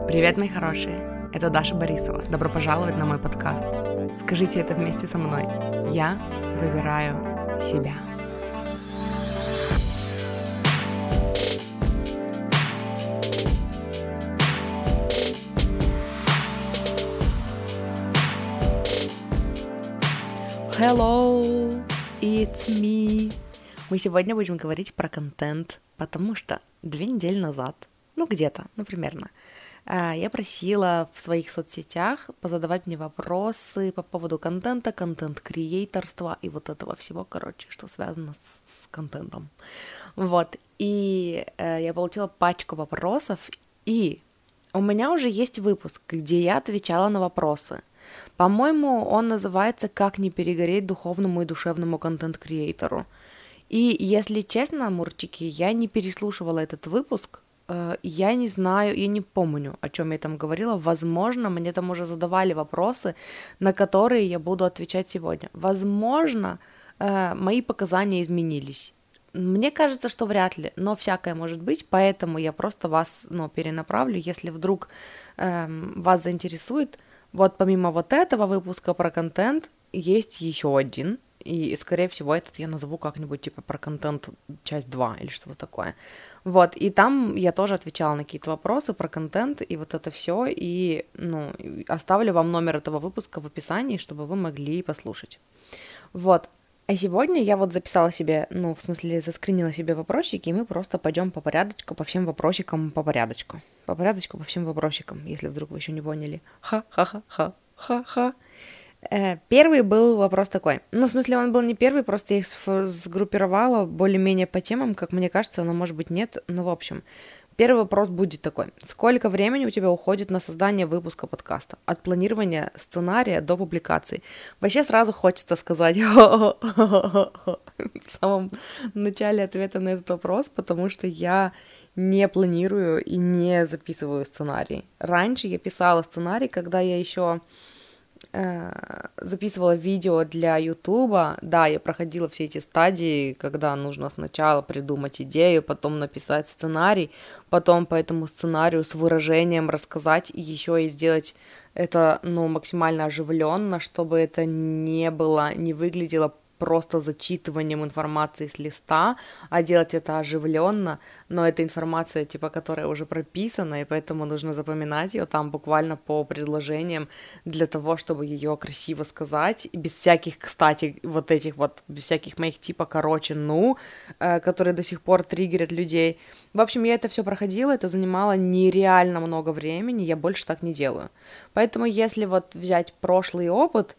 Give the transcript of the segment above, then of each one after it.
Привет, мои хорошие! Это Даша Борисова. Добро пожаловать на мой подкаст. Скажите это вместе со мной. Я выбираю себя. Hello, it's me. Мы сегодня будем говорить про контент, потому что 2 недели назад, где-то, примерно, я просила в своих соцсетях позадавать мне вопросы по поводу контента, контент-креаторства и вот этого всего, что связано с контентом. И я получила пачку вопросов, и у меня уже есть выпуск, где я отвечала на вопросы. По-моему, он называется «Как не перегореть духовному и душевному контент-креатору». И, если честно, амурчики, я не переслушивала этот выпуск, я не знаю, я не помню, о чем я там говорила. Возможно, мне там уже задавали вопросы, на которые я буду отвечать сегодня. Возможно, мои показания изменились. Мне кажется, что вряд ли, но всякое может быть, поэтому я просто вас перенаправлю, если вдруг вас заинтересует. Помимо этого выпуска про контент, есть еще один, и, скорее всего, этот я назову как-нибудь типа про контент часть 2 или что-то такое. И там я тоже отвечала на какие-то вопросы про контент и вот это все, и, оставлю вам номер этого выпуска в описании, чтобы вы могли послушать. А сегодня я записала себе, заскринила себе вопросики, и мы просто пойдем по порядочку, по всем вопросикам по порядочку. По порядочку, по всем вопросикам, если вдруг вы еще не поняли. Ха-ха-ха-ха-ха-ха. Первый был вопрос такой. Он был не первый, просто я их сгруппировала более-менее по темам, как мне кажется, но может быть нет. В общем, первый вопрос будет такой. Сколько времени у тебя уходит на создание выпуска подкаста? От планирования сценария до публикации. Вообще сразу хочется сказать в самом начале ответа на этот вопрос, потому что я не планирую и не записываю сценарий. Раньше я писала сценарий, когда я еще записывала видео для Ютуба. Да, я проходила все эти стадии, когда нужно сначала придумать идею, потом написать сценарий, потом по этому сценарию с выражением рассказать и еще и сделать это, максимально оживленно, чтобы это не выглядело просто зачитыванием информации с листа, а делать это оживленно, но это информация, которая уже прописана, и поэтому нужно запоминать ее там буквально по предложениям для того, чтобы ее красиво сказать, и без всяких, кстати, без всяких моих которые до сих пор триггерят людей. В общем, я это все проходила, это занимало нереально много времени, я больше так не делаю. Поэтому если взять прошлый опыт,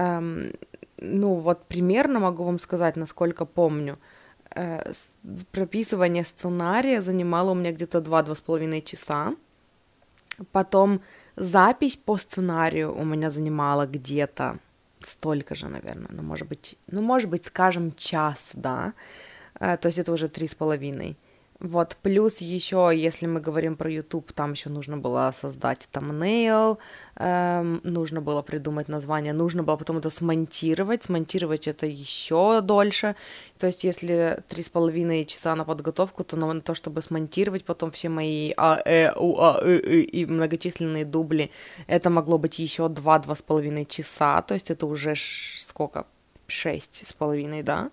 примерно могу вам сказать, насколько помню. Прописывание сценария занимало у меня где-то 2-2,5 часа. Потом запись по сценарию у меня занимала где-то столько же, наверное. Может быть, скажем, час, да. То есть это уже 3,5. Плюс еще, если мы говорим про YouTube, там еще нужно было создать thumbnail, нужно было придумать название, нужно было потом это смонтировать это еще дольше, то есть если 3,5 часа на подготовку, то на то, чтобы смонтировать потом все мои и многочисленные дубли, это могло быть еще 2-2,5 часа, то есть это уже 6,5, да,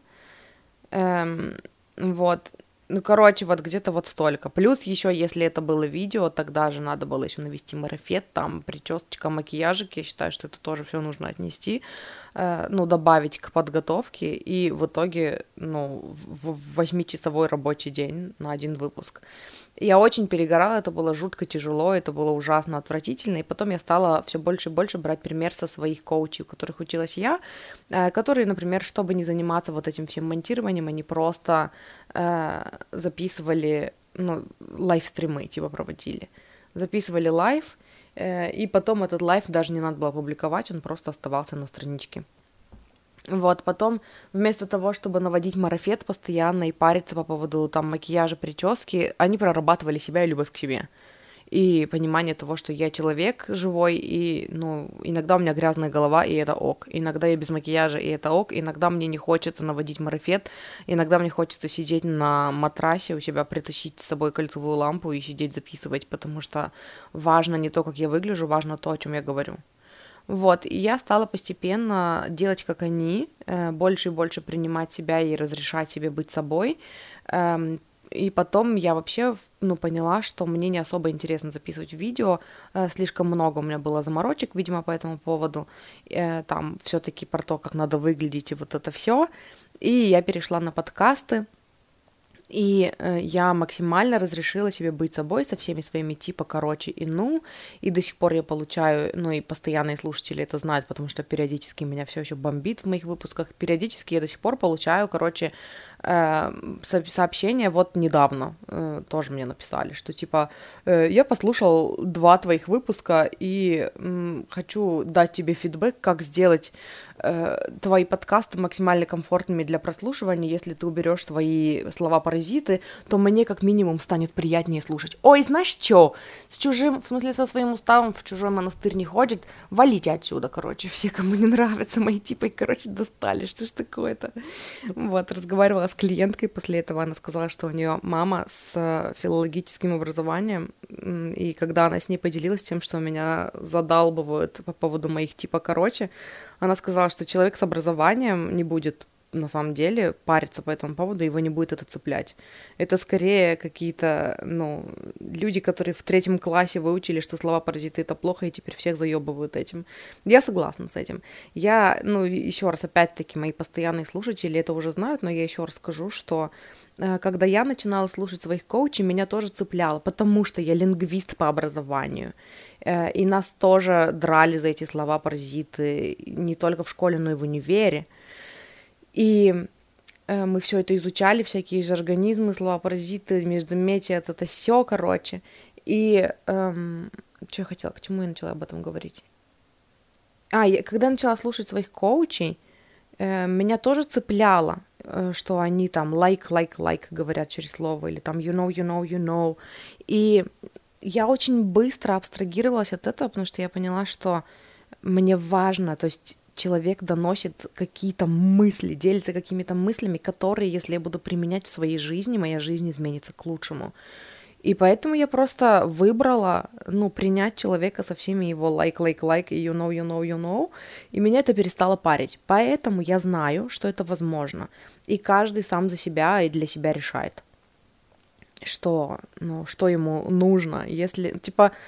где-то столько. Плюс еще, если это было видео, тогда же надо было еще навести марафет, там причесочка, макияжик, я считаю, что это тоже все нужно отнести, добавить к подготовке, и в итоге, в 8-часовой рабочий день на один выпуск. Я очень перегорала, это было жутко тяжело, это было ужасно отвратительно, и потом я стала все больше и больше брать пример со своих коучей, у которых училась я, которые, например, чтобы не заниматься этим всем монтированием, они просто записывали, лайвстримы, проводили. Записывали лайв, и потом этот лайв даже не надо было публиковать, он просто оставался на страничке. Потом вместо того, чтобы наводить марафет постоянно и париться по поводу макияжа, прически, они прорабатывали себя и любовь к себе. и понимание того, что я человек живой, и, иногда у меня грязная голова, и это ок, иногда я без макияжа, и это ок, иногда мне не хочется наводить марафет, иногда мне хочется сидеть на матрасе у себя, притащить с собой кольцевую лампу и сидеть записывать, потому что важно не то, как я выгляжу, важно то, о чем я говорю. Вот, и я стала постепенно делать, как они, больше и больше принимать себя и разрешать себе быть собой. И потом я вообще, поняла, что мне не особо интересно записывать видео, слишком много у меня было заморочек, видимо, по этому поводу, там все-таки про то, как надо выглядеть и вот это все. И я перешла на подкасты, и я максимально разрешила себе быть собой со всеми своими типа, короче, и до сих пор я получаю, и постоянные слушатели это знают, потому что периодически меня все еще бомбит в моих выпусках, периодически я до сих пор получаю, короче, сообщения, вот недавно тоже мне написали, что типа, я послушал 2 твоих выпуска и хочу дать тебе фидбэк, как сделать твои подкасты максимально комфортными для прослушивания. Если ты уберешь свои слова-паразиты, то мне как минимум станет приятнее слушать. Ой, знаешь что? Со своим уставом в чужой монастырь не ходит. Валите отсюда, короче. Все, кому не нравятся мои типы, короче, достали. Что ж такое-то? Вот, разговаривала с клиенткой после этого. Она сказала, что у нее мама с филологическим образованием. И когда она с ней поделилась тем, что меня задалбывают по поводу моих типа, короче, она сказала, что человек с образованием не будет, на самом деле, париться по этому поводу, его не будет это цеплять. Это скорее какие-то, люди, которые в 3 классе выучили, что слова-паразиты — это плохо, и теперь всех заебывают этим. Я согласна с этим. Я, еще раз, опять-таки, мои постоянные слушатели это уже знают, но я еще раз скажу, что когда я начинала слушать своих коучей, меня тоже цепляло, потому что я лингвист по образованию. И нас тоже драли за эти слова-паразиты не только в школе, но и в универе. И мы все это изучали, всякие жаргонизмы, слова-паразиты, междометия, это все, короче. И что я хотела, к чему я начала об этом говорить? Когда я начала слушать своих коучей, меня тоже цепляло, что они там like говорят через слово, или там you know. И я очень быстро абстрагировалась от этого, потому что я поняла, что мне важно, то есть человек доносит какие-то мысли, делится какими-то мыслями, которые, если я буду применять в своей жизни, моя жизнь изменится к лучшему. И поэтому я просто выбрала, принять человека со всеми его like, и you know, и меня это перестало парить. Поэтому я знаю, что это возможно. И каждый сам за себя и для себя решает, что ему нужно. Если,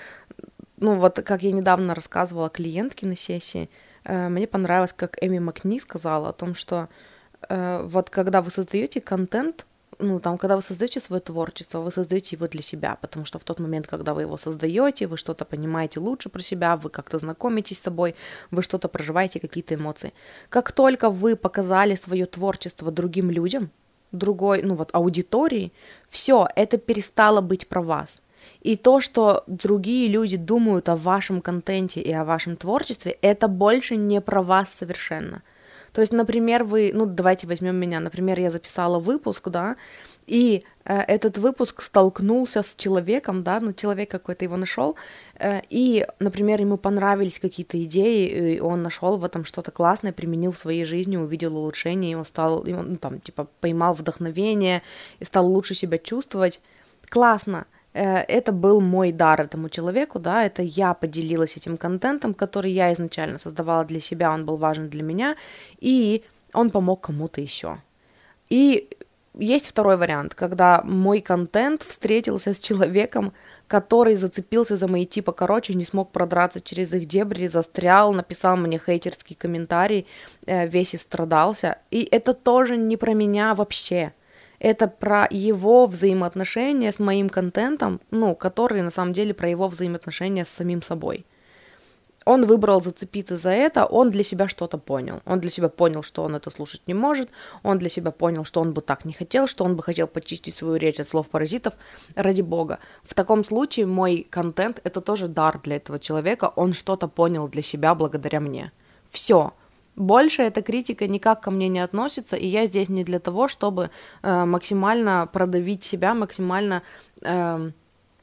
вот как я недавно рассказывала клиентке на сессии, мне понравилось, как Эми Макни сказала о том, что вот когда вы создаете контент, когда вы создаете свое творчество, вы создаете его для себя, потому что в тот момент, когда вы его создаете, вы что-то понимаете лучше про себя, вы как-то знакомитесь с собой, вы что-то проживаете, какие-то эмоции. Как только вы показали свое творчество другим людям, другой, аудитории, все, это перестало быть про вас. И то, что другие люди думают о вашем контенте и о вашем творчестве, это больше не про вас совершенно. То есть, например, давайте возьмем меня, например, я записала выпуск, да, и этот выпуск столкнулся с человеком, да, человек какой-то его нашел, и, например, ему понравились какие-то идеи, и он нашел в этом что-то классное, применил в своей жизни, увидел улучшение, поймал вдохновение и стал лучше себя чувствовать. Классно. Это был мой дар этому человеку, да, это я поделилась этим контентом, который я изначально создавала для себя, он был важен для меня, и он помог кому-то еще. И есть второй вариант, когда мой контент встретился с человеком, который зацепился за мои типа, не смог продраться через их дебри, застрял, написал мне хейтерский комментарий, весь истрадался, и это тоже не про меня вообще. Это про его взаимоотношения с моим контентом, который на самом деле про его взаимоотношения с самим собой. Он выбрал зацепиться за это, он для себя что-то понял. Он для себя понял, что он это слушать не может, он для себя понял, что он бы так не хотел, что он бы хотел почистить свою речь от слов-паразитов. Ради бога. В таком случае мой контент — это тоже дар для этого человека, он что-то понял для себя благодаря мне. Все. Больше эта критика никак ко мне не относится, и я здесь не для того, чтобы максимально продавить себя, максимально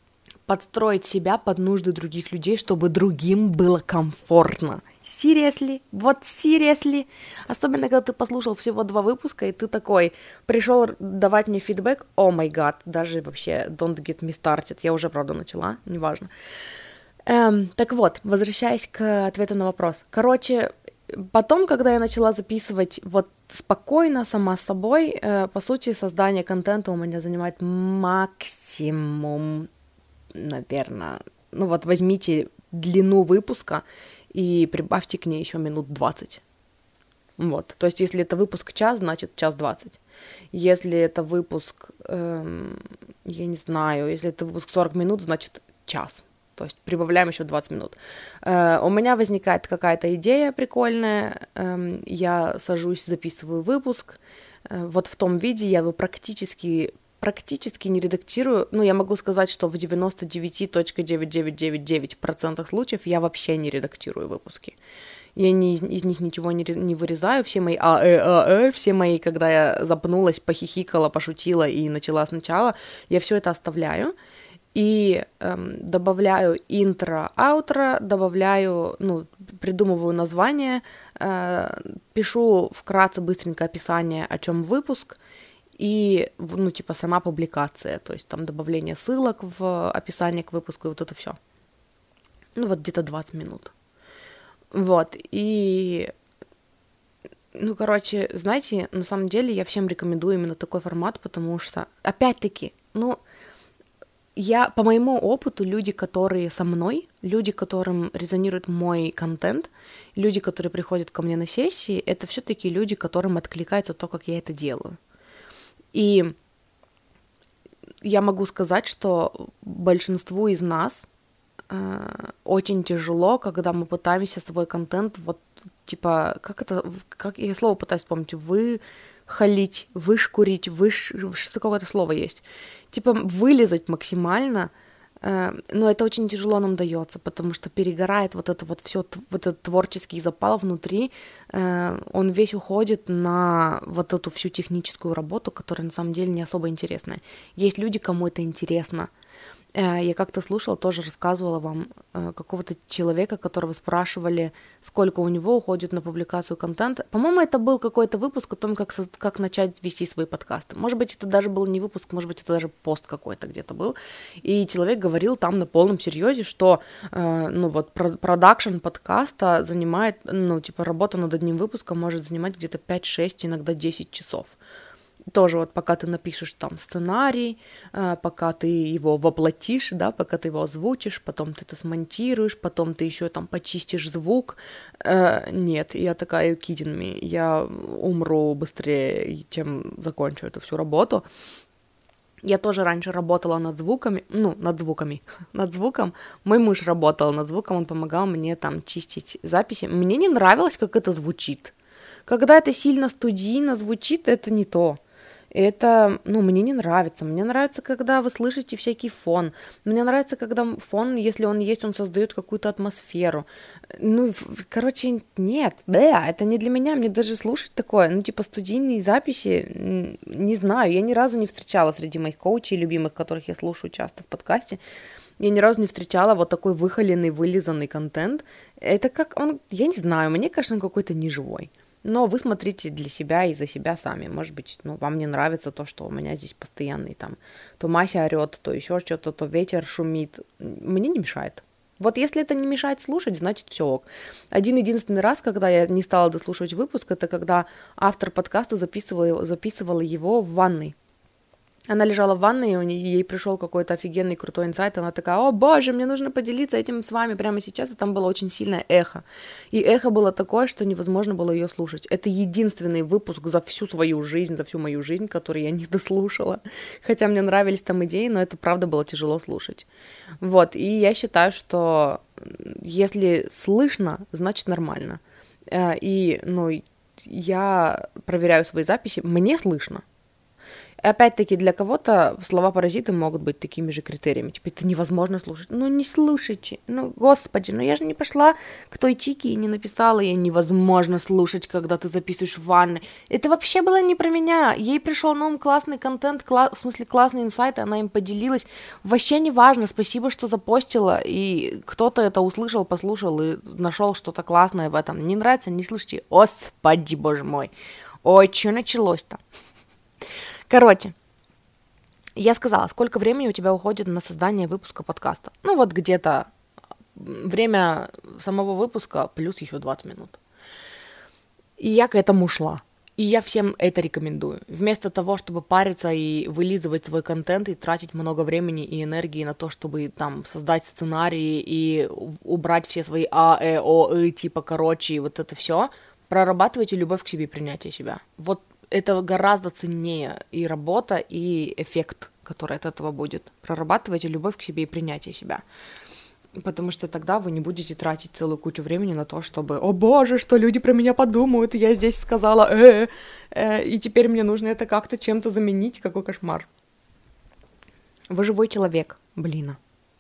подстроить себя под нужды других людей, чтобы другим было комфортно. Seriously? Вот seriously? Особенно, когда ты послушал всего 2 выпуска, и ты такой пришел давать мне фидбэк, о май гад, даже вообще don't get me started, я уже, правда, начала, неважно. Так вот, возвращаясь к ответу на вопрос. Короче, потом, когда я начала записывать вот спокойно, сама с собой, по сути, создание контента у меня занимает максимум, наверное, ну вот возьмите длину выпуска и прибавьте к ней еще минут 20. Вот, то есть если это выпуск час, значит час 20. Если это выпуск, я не знаю, если это выпуск 40 минут, значит час. То есть прибавляем еще 20 минут. У меня возникает какая-то идея прикольная, я сажусь, записываю выпуск, вот в том виде я его практически не редактирую, ну, я могу сказать, что в 99.9999% случаев я вообще не редактирую выпуски. Я из них ничего не вырезаю, все мои все мои, когда я запнулась, похихикала, пошутила и начала сначала, я все это оставляю. И добавляю интро, аутро, добавляю, ну, придумываю название, пишу вкратце быстренько описание, о чем выпуск, и, ну, типа, сама публикация, то есть там добавление ссылок в описание к выпуску, и вот это все. Ну, вот где-то 20 минут. Вот, и, ну, короче, знаете, на самом деле я всем рекомендую именно такой формат, потому что, опять-таки, ну, по моему опыту, люди, которые со мной, люди, которым резонирует мой контент, люди, которые приходят ко мне на сессии, это все-таки люди, которым откликается то, как я это делаю. И я могу сказать, что большинству из нас очень тяжело, когда мы пытаемся свой контент, вот, типа, как я слово пытаюсь вспомнить, выхалить, вышкурить, что какое-то слово есть, типа вылезать максимально, но это очень тяжело нам дается, потому что перегорает вот это вот все, вот этот творческий запал внутри, он весь уходит на вот эту всю техническую работу, которая на самом деле не особо интересная. Есть люди, кому это интересно. Я как-то слушала, тоже рассказывала вам какого-то человека, которого спрашивали, сколько у него уходит на публикацию контента. По-моему, это был какой-то выпуск о том, как начать вести свои подкасты. Может быть, это даже был не выпуск, может быть, это даже пост какой-то где-то был. И человек говорил там на полном серьезе, что, ну вот, продакшн подкаста занимает, ну, типа, работа над одним выпуском может занимать где-то 5-6, иногда 10 часов. Тоже вот пока ты напишешь там сценарий, пока ты его воплотишь, да, пока ты его озвучишь, потом ты это смонтируешь, потом ты еще там почистишь звук. Нет, я такая, you kidding me, я умру быстрее, чем закончу эту всю работу. Я тоже раньше работала над звуками, над звуком. Мой муж работал над звуком, он помогал мне там чистить записи. Мне не нравилось, как это звучит. Когда это сильно студийно звучит, это не то. Это, мне не нравится. Мне нравится, когда вы слышите всякий фон. Мне нравится, когда фон, если он есть, он создает какую-то атмосферу. Короче, нет, это не для меня. Мне даже слушать такое, студийные записи, не знаю, я ни разу не встречала среди моих коучей любимых, которых я слушаю часто в подкасте, я ни разу не встречала вот такой выхоленный, вылизанный контент. Это я не знаю, мне кажется, он какой-то неживой. Но вы смотрите для себя и за себя сами. Может быть, вам не нравится то, что у меня здесь постоянный там то Мася орет, то еще что-то, то ветер шумит. Мне не мешает. Вот если это не мешает слушать, значит все ок. Один-единственный раз, когда я не стала дослушивать выпуск, это когда автор подкаста записывала его в ванной. Она лежала в ванной, и ей пришел какой-то офигенный крутой инсайт, она такая: о боже, мне нужно поделиться этим с вами прямо сейчас, и там было очень сильное эхо. И эхо было такое, что невозможно было ее слушать. Это единственный выпуск за всю свою жизнь, за всю мою жизнь, который я не дослушала. Хотя мне нравились там идеи, но это правда было тяжело слушать. Вот, и я считаю, что если слышно, значит нормально. И, я проверяю свои записи, мне слышно. Опять-таки, для кого-то слова-паразиты могут быть такими же критериями. Типа, это невозможно слушать. Ну, не слушайте. Ну, господи, ну я же не пошла к той чике и не написала ей невозможно слушать, когда ты записываешь в ванной. Это вообще было не про меня. Ей пришел на ум классный контент, в смысле классный инсайт, она им поделилась. Вообще не важно, спасибо, что запостила, и кто-то это услышал, послушал и нашел что-то классное в этом. Не нравится, не слушайте. Господи, боже мой. Ой, что началось-то? Короче, я сказала, сколько времени у тебя уходит на создание выпуска подкаста. Ну вот где-то время самого выпуска плюс еще 20 минут. И я к этому шла. И я всем это рекомендую. Вместо того, чтобы париться и вылизывать свой контент и тратить много времени и энергии на то, чтобы там создать сценарии и убрать все свои типа, короче, и вот это все, прорабатывайте любовь к себе и принятие себя. Вот это гораздо ценнее и работа, и эффект, который от этого будет. Прорабатывайте любовь к себе и принятие себя. Потому что тогда вы не будете тратить целую кучу времени на то, чтобы «О боже, что люди про меня подумают, я здесь сказала и теперь мне нужно это как-то чем-то заменить, какой кошмар». Вы живой человек, блин.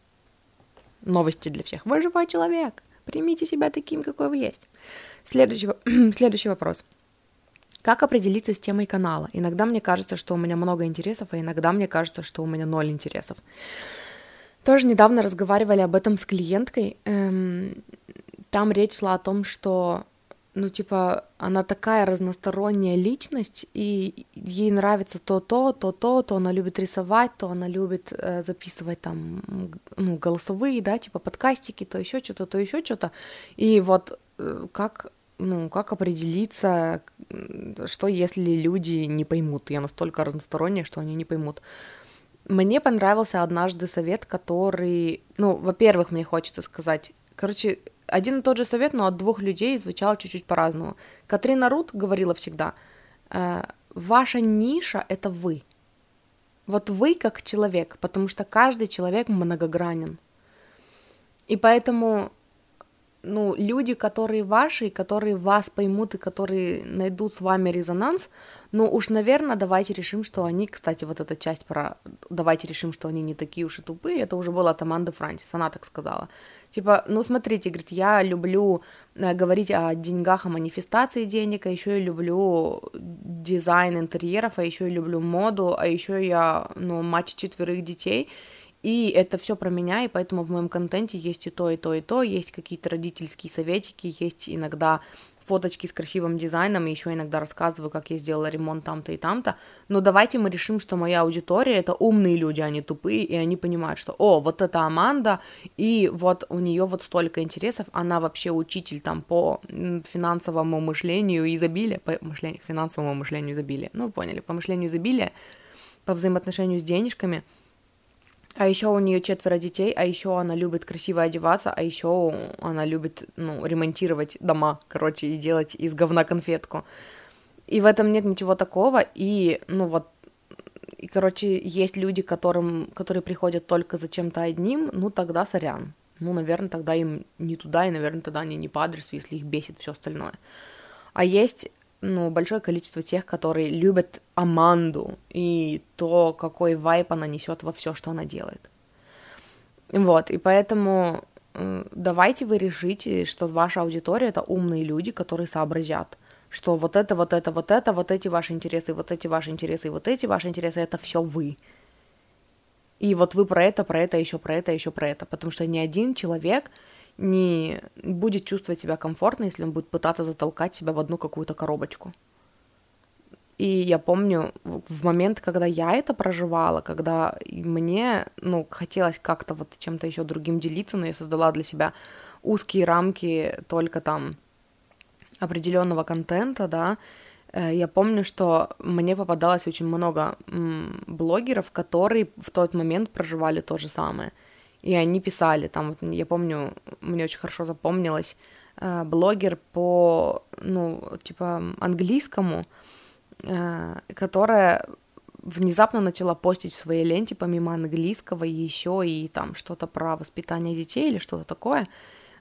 Новости для всех. Вы живой человек. Примите себя таким, какой вы есть. Следующий вопрос. Как определиться с темой канала? Иногда мне кажется, что у меня много интересов, а иногда мне кажется, что у меня 0 интересов. Тоже недавно разговаривали об этом с клиенткой. Там речь шла о том, что, она такая разносторонняя личность, и ей нравится то она любит рисовать, то она любит записывать там, голосовые, да, типа подкастики, то еще что-то. И вот как определиться, что если люди не поймут? Я настолько разносторонняя, что они не поймут. Мне понравился однажды совет, который... во-первых, мне хочется сказать... один и тот же совет, но от двух людей звучал чуть-чуть по-разному. Катрина Рут говорила всегда, ваша ниша — это вы. Вот вы как человек, потому что каждый человек многогранен. И поэтому... люди, которые ваши, которые вас поймут и которые найдут с вами резонанс, наверное, давайте решим, что они, кстати, вот эта часть про «давайте решим, что они не такие уж и тупые», это уже была от Аманды Франсис, она так сказала. Смотрите, говорит, я люблю говорить о деньгах, о манифестации денег, а еще я люблю дизайн интерьеров, а еще я люблю моду, а еще я, мать 4 детей, и это все про меня, и поэтому в моем контенте есть и то, и то, и то, есть какие-то родительские советики, есть иногда фоточки с красивым дизайном, и еще иногда рассказываю, как я сделала ремонт там-то и там-то, но давайте мы решим, что моя аудитория — это умные люди, они тупые, и они понимают, что, вот это Аманда, и вот у нее вот столько интересов, она вообще учитель там по финансовому мышлению изобилия, финансовому мышлению изобилия, поняли, по мышлению изобилия, по взаимоотношению с денежками. А еще у нее 4 детей, а еще она любит красиво одеваться, а еще она любит, ремонтировать дома, и делать из говна конфетку. И в этом нет ничего такого, и, есть люди, которые приходят только за чем-то одним, тогда сорян. Наверное, тогда им не туда, и, наверное, тогда они не по адресу, если их бесит все остальное. А есть... большое количество тех, которые любят Аманду и то, какой вайб она несет во все, что она делает. Вот, и поэтому давайте вы решите, что ваша аудитория — это умные люди, которые сообразят, что вот эти ваши интересы, вот эти ваши интересы, и вот эти ваши интересы — это все вы. И вот вы про это, еще про это, потому что ни один человек не будет чувствовать себя комфортно, если он будет пытаться затолкать себя в одну какую-то коробочку. И я помню, в момент, когда я это проживала, когда мне, хотелось как-то вот чем-то еще другим делиться, но я создала для себя узкие рамки только там определенного контента, да, я помню, что мне попадалось очень много блогеров, которые в тот момент проживали то же самое. И они писали, там, я помню, мне очень хорошо запомнилось, блогер по, английскому, которая внезапно начала постить в своей ленте помимо английского еще и там что-то про воспитание детей или что-то такое.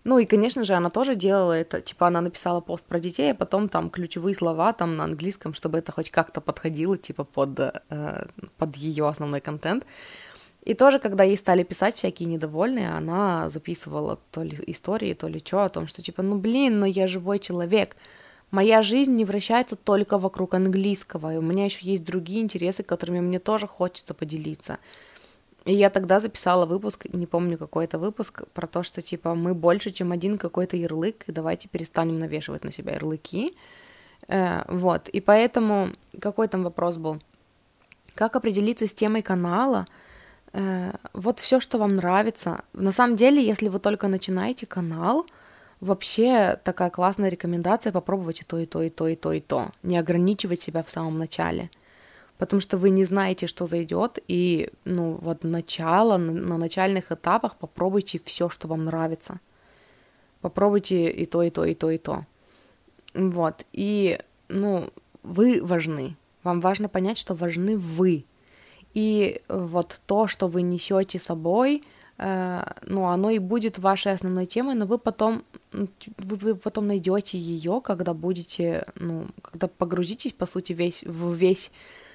Ну и, конечно же, она тоже делала это, типа она написала пост про детей, а потом там ключевые слова там на английском, чтобы это хоть как-то подходило, типа под ее основной контент. И тоже, когда ей стали писать всякие недовольные, она записывала то ли истории, то ли что, о том, что типа, ну блин, но я живой человек, моя жизнь не вращается только вокруг английского, и у меня еще есть другие интересы, которыми мне тоже хочется поделиться. И я тогда записала выпуск, не помню какой это выпуск, про то, что типа мы больше, чем один какой-то ярлык, и давайте перестанем навешивать на себя ярлыки. Вот, и поэтому какой там вопрос был? Как определиться с темой канала? Вот все, что вам нравится. На самом деле, если вы только начинаете канал, вообще такая классная рекомендация попробовать и то, и то, и то, и то, и то. Не ограничивать себя в самом начале. Потому что вы не знаете, что зайдет, и, ну, вот на начальных этапах попробуйте все, что вам нравится. Попробуйте и то, и то, и то, и то. Вот, и, ну, вы важны. Вам важно понять, что важны вы. И вот то, что вы несете с собой, ну, оно и будет вашей основной темой, но вы потом найдете ее, когда будете, ну, когда погрузитесь, по сути, в весь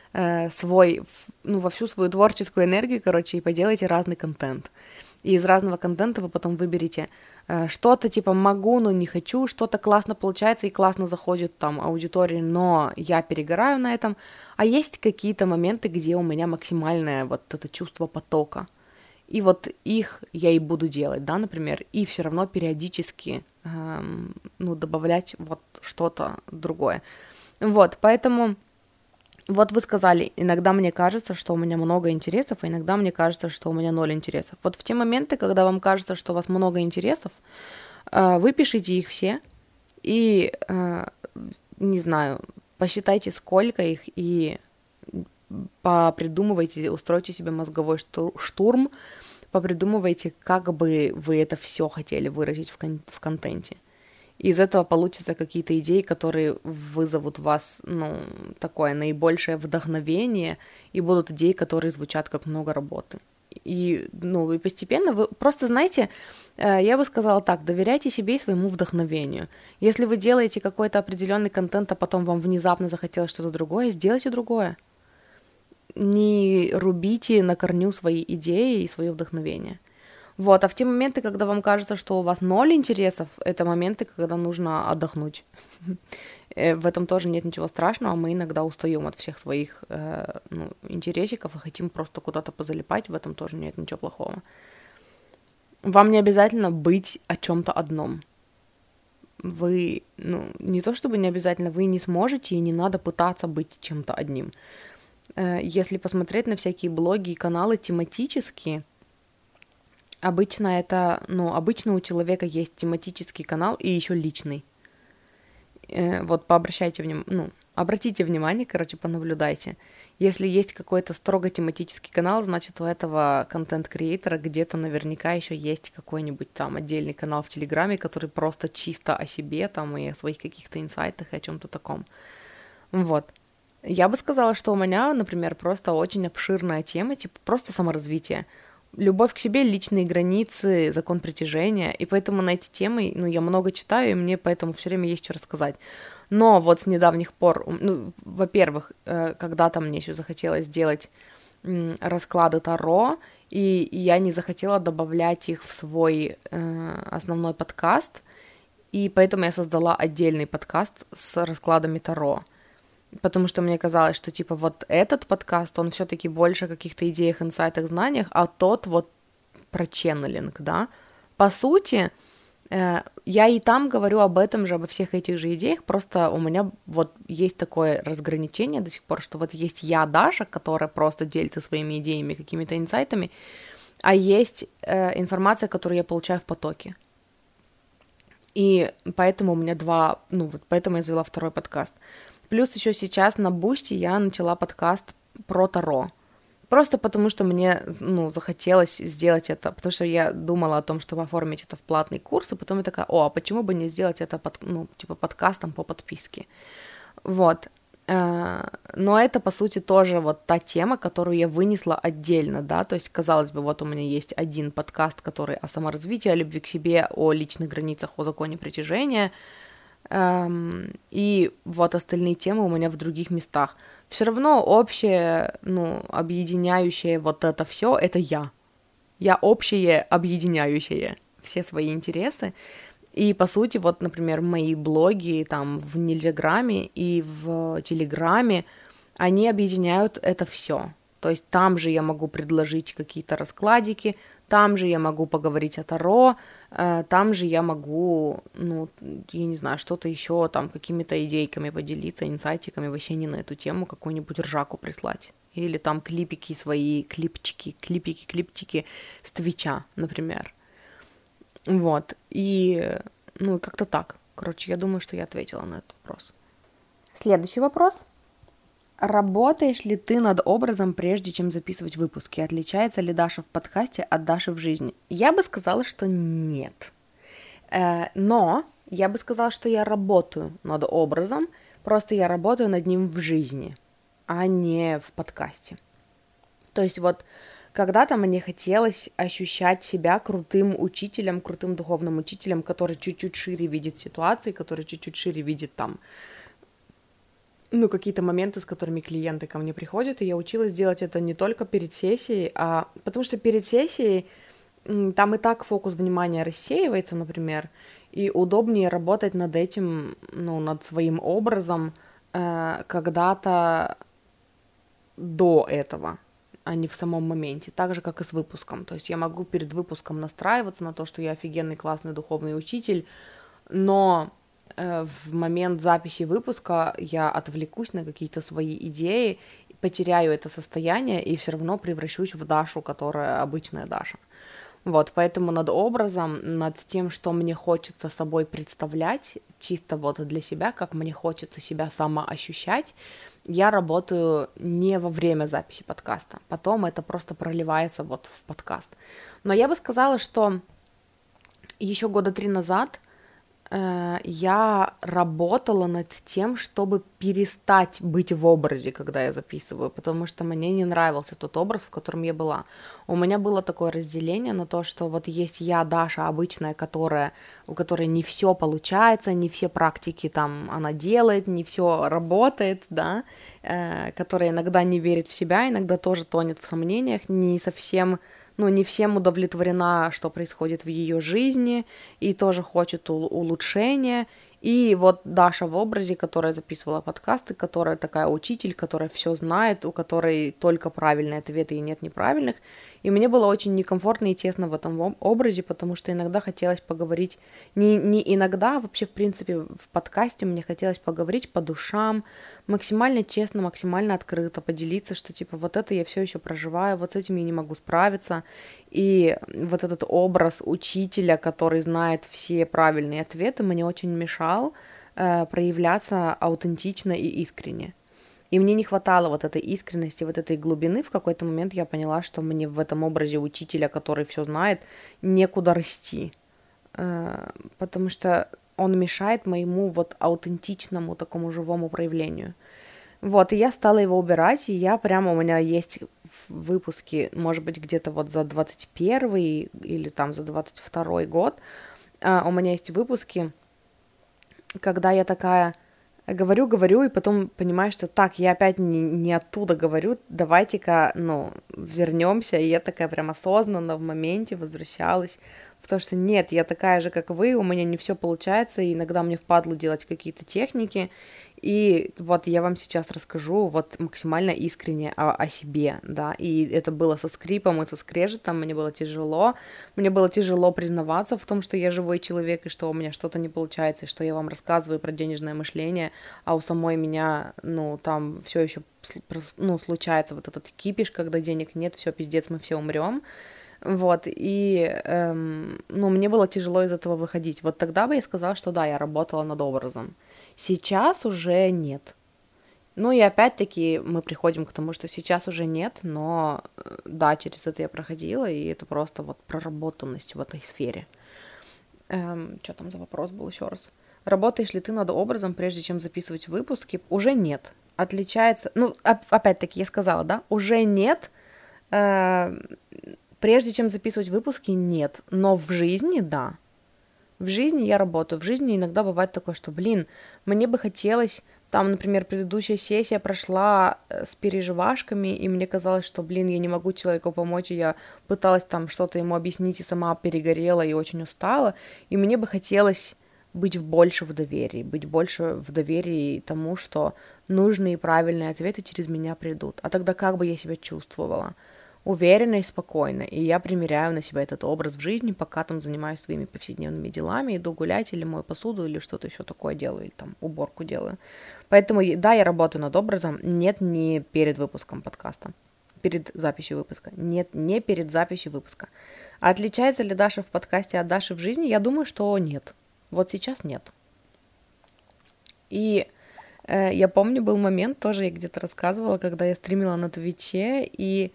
во всю свою творческую энергию, короче, и поделаете разный контент. И из разного контента вы потом выберете что-то типа могу, но не хочу, что-то классно получается и классно заходит там аудитории, но я перегораю на этом. А есть какие-то моменты, где у меня максимальное вот это чувство потока. И вот их я и буду делать, да, например, и все равно периодически, добавлять вот что-то другое. Вот, поэтому... Вот вы сказали, иногда мне кажется, что у меня много интересов, а иногда мне кажется, что у меня 0 интересов. Вот в те моменты, когда вам кажется, что у вас много интересов, вы пишите их все и, не знаю, посчитайте, сколько их, и попридумывайте, устройте себе мозговой штурм, попридумывайте, как бы вы это все хотели выразить в контенте. И из этого получатся какие-то идеи, которые вызовут в вас, ну, такое наибольшее вдохновение, и будут идеи, которые звучат как много работы. И, ну, и постепенно вы просто, знаете, я бы сказала так, доверяйте себе и своему вдохновению. Если вы делаете какой-то определенный контент, а потом вам внезапно захотелось что-то другое, сделайте другое. Не рубите на корню свои идеи и свое вдохновение. Вот, а в те моменты, когда вам кажется, что у вас 0 интересов, это моменты, когда нужно отдохнуть. В этом тоже нет ничего страшного, мы иногда устаем от всех своих интересиков и хотим просто куда-то позалипать, в этом тоже нет ничего плохого. Вам не обязательно быть о чем-то одном. Вы, не то чтобы не обязательно, вы не сможете и не надо пытаться быть чем-то одним. Если посмотреть на всякие блоги и каналы тематические, обычно обычно у человека есть тематический канал и еще личный. Вот обратите внимание, понаблюдайте. Если есть какой-то строго тематический канал, значит, у этого контент-креатора где-то наверняка еще есть какой-нибудь там отдельный канал в Телеграме, который просто чисто о себе там и о своих каких-то инсайтах и о чем-то таком. Вот. Я бы сказала, что у меня, например, просто очень обширная тема, типа просто саморазвитие. Любовь к себе, личные границы, закон притяжения, и поэтому на эти темы, я много читаю, и мне поэтому все время есть что рассказать. Но вот с недавних пор, во-первых, когда-то мне еще захотелось сделать расклады Таро, и я не захотела добавлять их в свой основной подкаст, и поэтому я создала отдельный подкаст с раскладами Таро. Потому что мне казалось, что, типа, вот этот подкаст, он все-таки больше о каких-то идеях, инсайтах, знаниях, а тот вот про ченнелинг, да. По сути, я и там говорю об этом же, обо всех этих же идеях, просто у меня вот есть такое разграничение до сих пор, что вот есть я, Даша, которая просто делится своими идеями, какими-то инсайтами, а есть информация, которую я получаю в потоке. И поэтому у меня поэтому я завела второй подкаст. Плюс еще сейчас на Бусти я начала подкаст про Таро. Просто потому, что мне, захотелось сделать это, потому что я думала о том, чтобы оформить это в платный курс, и потом я такая, а почему бы не сделать это подкастом по подписке? Вот. Но это, по сути, тоже вот та тема, которую я вынесла отдельно, да, то есть, казалось бы, вот у меня есть один подкаст, который о саморазвитии, о любви к себе, о личных границах, о законе притяжения, и вот остальные темы у меня в других местах. Все равно общее, объединяющее вот это все, это я. Я общее, объединяющее все свои интересы. И, по сути, вот, например, мои блоги там в Нельзяграме и в Телеграме, они объединяют это все. То есть там же я могу предложить какие-то раскладики, там же я могу поговорить о Таро, там же я могу, я не знаю, что-то еще, там, какими-то идейками поделиться, инсайтиками вообще не на эту тему, какую-нибудь ржаку прислать. Или там клипики свои, клипчики с Твича, например. Вот, и, как-то так. Короче, я думаю, что я ответила на этот вопрос. Следующий вопрос. Работаешь ли ты над образом, прежде чем записывать выпуски? Отличается ли Даша в подкасте от Даши в жизни? Я бы сказала, что нет. Но я бы сказала, что я работаю над образом, просто я работаю над ним в жизни, а не в подкасте. То есть вот когда-то мне хотелось ощущать себя крутым учителем, крутым духовным учителем, который чуть-чуть шире видит ситуации, который чуть-чуть шире видит там, какие-то моменты, с которыми клиенты ко мне приходят, и я училась делать это не только перед сессией, потому что перед сессией там и так фокус внимания рассеивается, например, и удобнее работать над этим, над своим образом когда-то до этого, а не в самом моменте, так же, как и с выпуском. То есть я могу перед выпуском настраиваться на то, что я офигенный, классный духовный учитель, но в момент записи выпуска я отвлекусь на какие-то свои идеи, потеряю это состояние и все равно превращусь в Дашу, которая обычная Даша. Вот, поэтому над образом, над тем, что мне хочется собой представлять, чисто вот для себя, как мне хочется себя самоощущать, я работаю не во время записи подкаста. Потом это просто проливается вот в подкаст. Но я бы сказала, что еще 3 года назад я работала над тем, чтобы перестать быть в образе, когда я записываю, потому что мне не нравился тот образ, в котором я была. У меня было такое разделение на то, что вот есть я, Даша, обычная, у которой не все получается, не все практики там она делает, не все работает, да, которая иногда не верит в себя, иногда тоже тонет в сомнениях, не совсем... не всем удовлетворена, что происходит в ее жизни, и тоже хочет улучшения. И вот Даша в образе, которая записывала подкасты, которая такая учитель, которая все знает, у которой только правильные ответы и нет неправильных. И мне было очень некомфортно и тесно в этом образе, потому что иногда хотелось поговорить, не иногда, вообще в принципе в подкасте мне хотелось поговорить по душам, максимально честно, максимально открыто поделиться, что типа вот это я все еще проживаю, вот с этим я не могу справиться. И вот этот образ учителя, который знает все правильные ответы, мне очень мешал проявляться аутентично и искренне. И мне не хватало вот этой искренности, вот этой глубины. В какой-то момент я поняла, что мне в этом образе учителя, который все знает, некуда расти. Потому что он мешает моему вот аутентичному такому живому проявлению. Вот, и я стала его убирать, и у меня есть выпуски, может быть, где-то вот за 21-й или там за 22-й год, у меня есть выпуски, когда я такая говорю, и потом понимаю, что так, я опять не оттуда говорю, давайте-ка, вернемся, и я такая прям осознанно в моменте возвращалась в то, что нет, я такая же, как вы, у меня не все получается, и иногда мне впадлу делать какие-то техники, и вот я вам сейчас расскажу вот максимально искренне о себе, да, и это было со скрипом и со скрежетом, мне было тяжело признаваться в том, что я живой человек, и что у меня что-то не получается, и что я вам рассказываю про денежное мышление, а у самой меня, там все еще, случается вот этот кипиш, когда денег нет, все, пиздец, мы все умрем. Вот, и, мне было тяжело из этого выходить. Вот тогда бы я сказала, что да, я работала над образом. Сейчас уже нет. И опять-таки мы приходим к тому, что сейчас уже нет, но да, через это я проходила, и это просто вот проработанность в этой сфере. Что там за вопрос был еще раз? Работаешь ли ты над образом, прежде чем записывать выпуски? Уже нет. отличается, ну, опять-таки, я сказала, да, уже нет, прежде чем записывать выпуски, нет, но в жизни, да, в жизни я работаю, в жизни иногда бывает такое, что, блин, мне бы хотелось, там, например, предыдущая сессия прошла с переживашками, и мне казалось, что, блин, я не могу человеку помочь, и я пыталась там что-то ему объяснить, и сама перегорела, и очень устала, и мне бы хотелось больше в доверии, быть больше в доверии тому, что нужные и правильные ответы через меня придут. А тогда как бы я себя чувствовала? Уверенно и спокойно, и я примеряю на себя этот образ в жизни, пока там занимаюсь своими повседневными делами, иду гулять или мою посуду, или что-то еще такое делаю, или там уборку делаю. Поэтому, да, я работаю над образом, нет, не перед выпуском подкаста, перед записью выпуска, нет, не перед записью выпуска. А отличается ли Даша в подкасте от Даши в жизни? Я думаю, что нет. Вот сейчас нет. И я помню, был момент, тоже я где-то рассказывала, когда я стримила на Твиче, и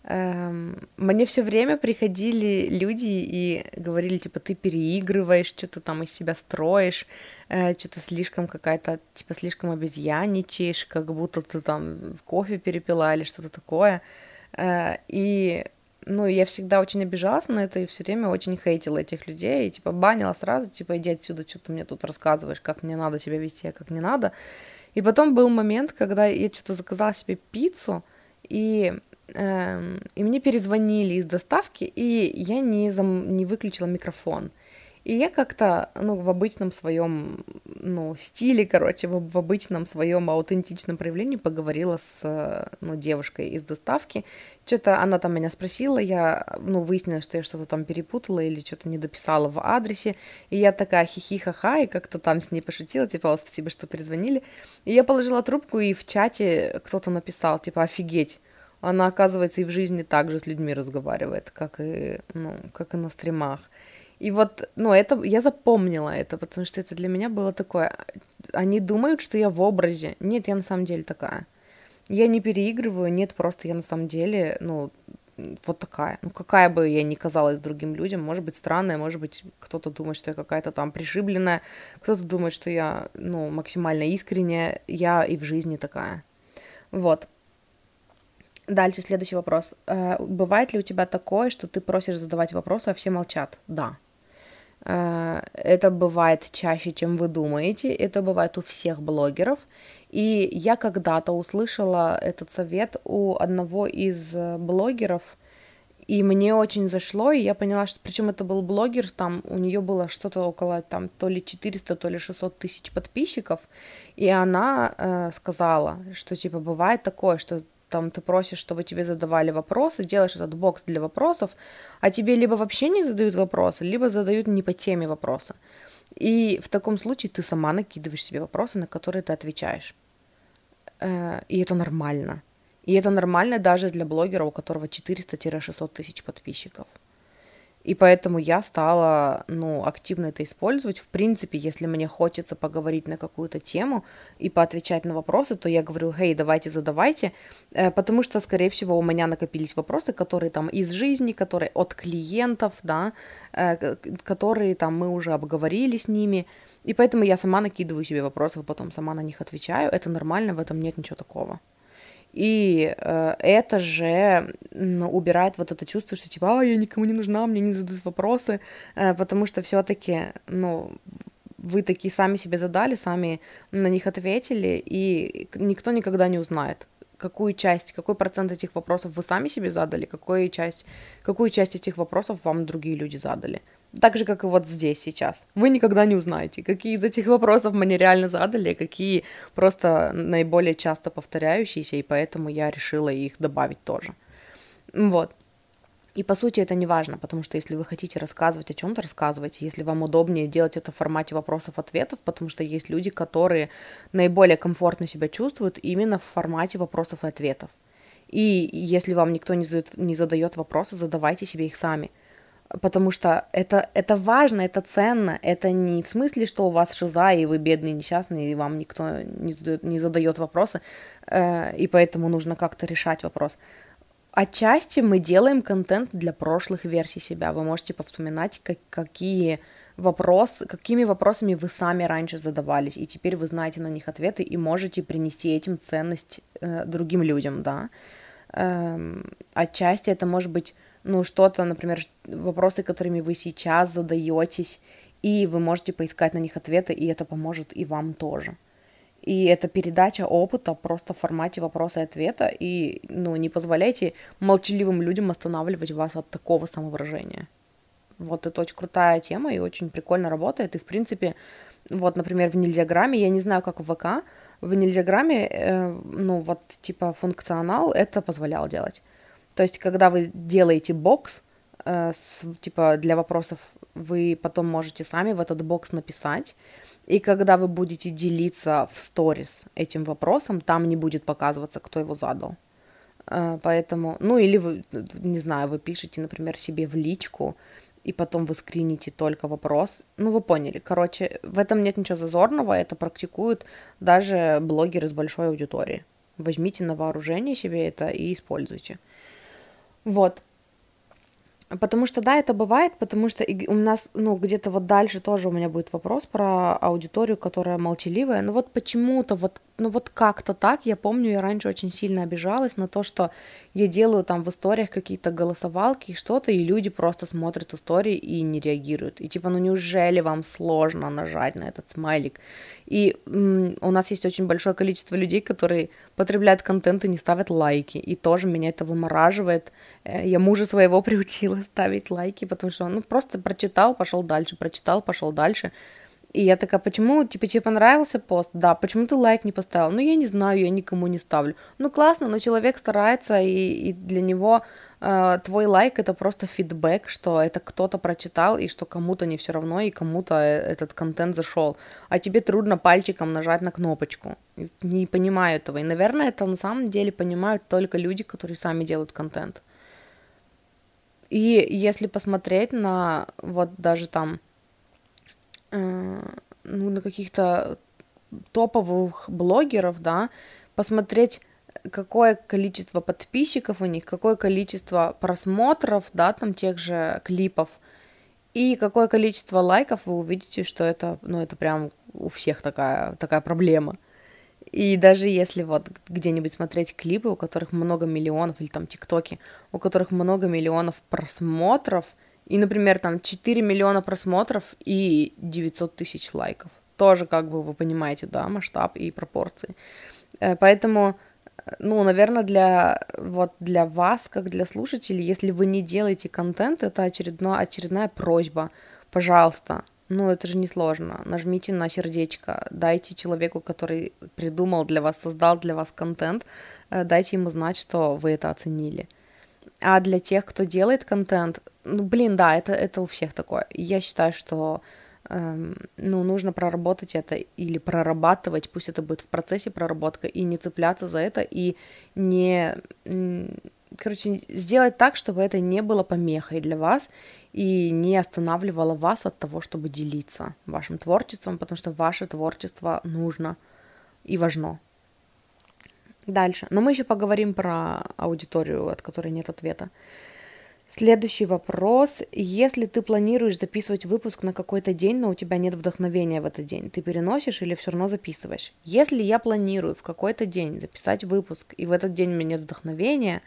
мне все время приходили люди и говорили, типа, ты переигрываешь, что-то там из себя строишь, что-то слишком какая-то, типа, слишком обезьяничаешь, как будто ты там кофе перепила или что-то такое. И, ну, я всегда очень обижалась на это и все время очень хейтила этих людей, и, типа, банила сразу, типа, иди отсюда, что ты мне тут рассказываешь, как мне надо себя вести, а как не надо. И потом был момент, когда я что-то заказала себе пиццу, и мне перезвонили из доставки, и я не выключила микрофон. И я как-то, ну, в обычном своем, ну, стиле, короче, в обычном своем аутентичном проявлении поговорила с, ну, девушкой из доставки. Что-то она там меня спросила, я, ну, выяснила, что я что-то там перепутала или что-то не дописала в адресе. И я такая хихи-ха-ха, и как-то там с ней пошутила, типа, спасибо, что перезвонили. И я положила трубку, и в чате кто-то написал, типа, офигеть. Она, оказывается, и в жизни так же с людьми разговаривает, как и, ну, как и на стримах. И вот, ну, это, я запомнила это, потому что это для меня было такое, они думают, что я в образе. Нет, я на самом деле такая. Я не переигрываю, нет, просто я на самом деле, ну, вот такая. Ну, какая бы я ни казалась другим людям, может быть, странная, может быть, кто-то думает, что я какая-то там пришибленная, кто-то думает, что я, ну, максимально искренняя, я и в жизни такая. Вот. Дальше следующий вопрос. Бывает ли у тебя такое, что ты просишь задавать вопросы, а все молчат? Да. Это бывает чаще, чем вы думаете. Это бывает у всех блогеров. И я когда-то услышала этот совет у одного из блогеров, и мне очень зашло, и я поняла, что, причем это был блогер, там у нее было что-то около там то ли 400, то ли 600 тысяч подписчиков, и она сказала, что типа бывает такое, что там ты просишь, чтобы тебе задавали вопросы, делаешь этот бокс для вопросов, а тебе либо вообще не задают вопросы, либо задают не по теме вопроса. И в таком случае ты сама накидываешь себе вопросы, на которые ты отвечаешь. И это нормально. И это нормально даже для блогера, у которого 400-600 тысяч подписчиков. И поэтому я стала, ну, активно это использовать. В принципе, если мне хочется поговорить на какую-то тему и поотвечать на вопросы, то я говорю, хей, давайте, задавайте, потому что, скорее всего, у меня накопились вопросы, которые там из жизни, которые от клиентов, да, которые там мы уже обговорили с ними, и поэтому я сама накидываю себе вопросы, потом сама на них отвечаю. Это нормально, в этом нет ничего такого. И это же убирает вот это чувство, что типа, я никому не нужна, мне не задают вопросы, потому что все-таки, ну, вы такие сами себе задали, сами на них ответили, и никто никогда не узнает, какой процент этих вопросов вы сами себе задали, какую часть этих вопросов вам другие люди задали. Так же, как и вот здесь сейчас. Вы никогда не узнаете, какие из этих вопросов мне реально задали, какие просто наиболее часто повторяющиеся, и поэтому я решила их добавить тоже. Вот. И по сути это не важно, потому что если вы хотите рассказывать о чем-то, рассказывайте. Если вам удобнее делать это в формате вопросов-ответов, потому что есть люди, которые наиболее комфортно себя чувствуют именно в формате вопросов и ответов. И если вам никто не задает вопросы, задавайте себе их сами. Потому что это важно, это ценно, это не в смысле, что у вас шиза, и вы бедный, несчастный, и вам никто не задает вопросы, и поэтому нужно как-то решать вопрос. Отчасти мы делаем контент для прошлых версий себя. Вы можете повспоминать, какие какими вопросами вы сами раньше задавались, и теперь вы знаете на них ответы и можете принести этим ценность другим людям, да. Отчасти это может быть, ну, что-то, например, вопросы, которыми вы сейчас задаетесь, и вы можете поискать на них ответы, и это поможет и вам тоже. И это передача опыта просто в формате вопроса и ответа, и, ну, не позволяйте молчаливым людям останавливать вас от такого самовыражения. Вот это очень крутая тема и очень прикольно работает, и, в принципе, вот, например, в Нельзяграмме, я не знаю, как в ВК, в Нельзяграмме, ну, вот, типа, функционал это позволял делать. То есть, когда вы делаете бокс, типа, для вопросов, вы потом можете сами в этот бокс написать, и когда вы будете делиться в сторис этим вопросом, там не будет показываться, кто его задал. Поэтому, ну, или вы, не знаю, вы пишете, например, себе в личку, и потом вы скрините только вопрос. Ну, вы поняли. Короче, в этом нет ничего зазорного, это практикуют даже блогеры с большой аудиторией. Возьмите на вооружение себе это и используйте. Вот. Потому что, да, это бывает, потому что у нас, ну, где-то вот дальше тоже у меня будет вопрос про аудиторию, которая молчаливая. Ну, вот почему-то, вот, ну, вот как-то так, я помню, я раньше очень сильно обижалась на то, что я делаю там в историях какие-то голосовалки и что-то, и люди просто смотрят истории и не реагируют. И типа, ну, неужели вам сложно нажать на этот смайлик? И у нас есть очень большое количество людей, которые потребляют контент и не ставят лайки. И тоже меня это вымораживает. Я мужа своего приучила ставить лайки, потому что он, ну, просто прочитал, пошел дальше, прочитал, пошел дальше. И я такая, почему, типа, тебе понравился пост? Да, почему ты лайк не поставил? Ну, я не знаю, я никому не ставлю. Ну, классно, но человек старается, и для него твой лайк это просто фидбэк, что это кто-то прочитал, и что кому-то не все равно, и кому-то этот контент зашел. А тебе трудно пальчиком нажать на кнопочку. Не понимаю этого. И, наверное, это на самом деле понимают только люди, которые сами делают контент. И если посмотреть на вот даже там, ну, на каких-то топовых блогеров, да, посмотреть, какое количество подписчиков у них, какое количество просмотров, да, там тех же клипов, и какое количество лайков, вы увидите, что это, ну, это прям у всех такая проблема. И даже если вот где-нибудь смотреть клипы, у которых много миллионов, или там тиктоки, у которых много миллионов просмотров, и, например, там 4 миллиона просмотров и 900 тысяч лайков. Тоже, как бы, вы понимаете, да, масштаб и пропорции. Поэтому, ну, наверное, для вас, как для слушателей, если вы не делаете контент, это очередная просьба. Пожалуйста, ну, это же не сложно. Нажмите на сердечко, дайте человеку, который придумал для вас, создал для вас контент, дайте ему знать, что вы это оценили. А для тех, кто делает контент, ну, блин, да, это у всех такое. Я считаю, что, ну, нужно проработать это или прорабатывать, пусть это будет в процессе проработка, и не цепляться за это, и не... Короче, сделать так, чтобы это не было помехой для вас и не останавливало вас от того, чтобы делиться вашим творчеством, потому что ваше творчество нужно и важно. Дальше. Но мы еще поговорим про аудиторию, от которой нет ответа. Следующий вопрос. Если ты планируешь записывать выпуск на какой-то день, но у тебя нет вдохновения в этот день, ты переносишь или все равно записываешь? Если я планирую в какой-то день записать выпуск, и в этот день у меня нет вдохновения,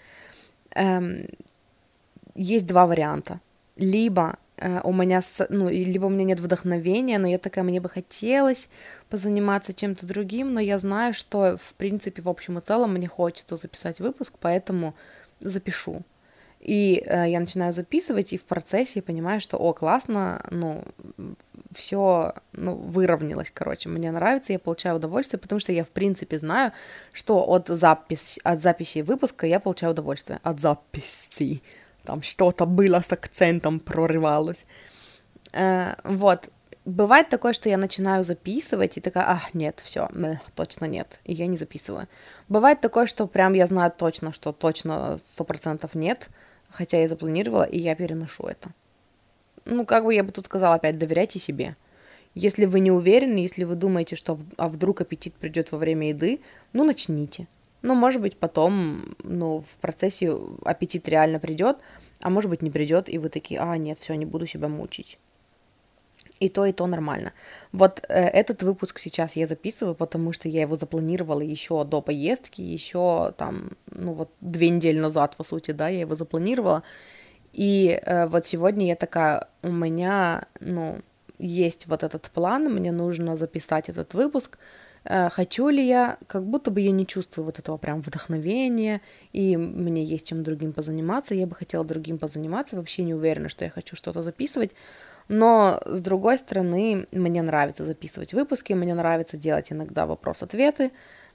есть два варианта. Либо у меня нет вдохновения, но я такая, мне бы хотелось позаниматься чем-то другим, но я знаю, что, в принципе, в общем и целом мне хочется записать выпуск, поэтому запишу. И я начинаю записывать, и в процессе я понимаю, что, классно, ну, все, ну, выровнялось, короче, мне нравится, я получаю удовольствие, потому что я, в принципе, знаю, что от записи выпуска я получаю удовольствие. От записи. Там что-то было с акцентом, прорывалось. Вот. Бывает такое, что я начинаю записывать, и такая, нет, все, точно нет, и я не записываю. Бывает такое, что прям я знаю точно, что точно 100% нет, хотя я запланировала, и я переношу это. Ну, как бы я бы тут сказала опять, доверяйте себе. Если вы не уверены, если вы думаете, что вдруг аппетит придет во время еды, ну, начните. Ну, может быть, потом, ну, в процессе аппетит реально придет, а может быть, не придет, и вы такие, нет, все, не буду себя мучить. и то нормально. Вот этот выпуск сейчас я записываю, потому что я его запланировала еще до поездки, еще там, ну вот 2 недели назад, по сути, да, я его запланировала. И вот сегодня я такая, у меня, ну, есть вот этот план, мне нужно записать этот выпуск. Хочу ли я, как будто бы я не чувствую вот этого прям вдохновения, и мне есть чем другим позаниматься, я бы хотела другим позаниматься, вообще не уверена, что я хочу что-то записывать, но, с другой стороны, мне нравится записывать выпуски, мне нравится делать иногда вопрос-ответы,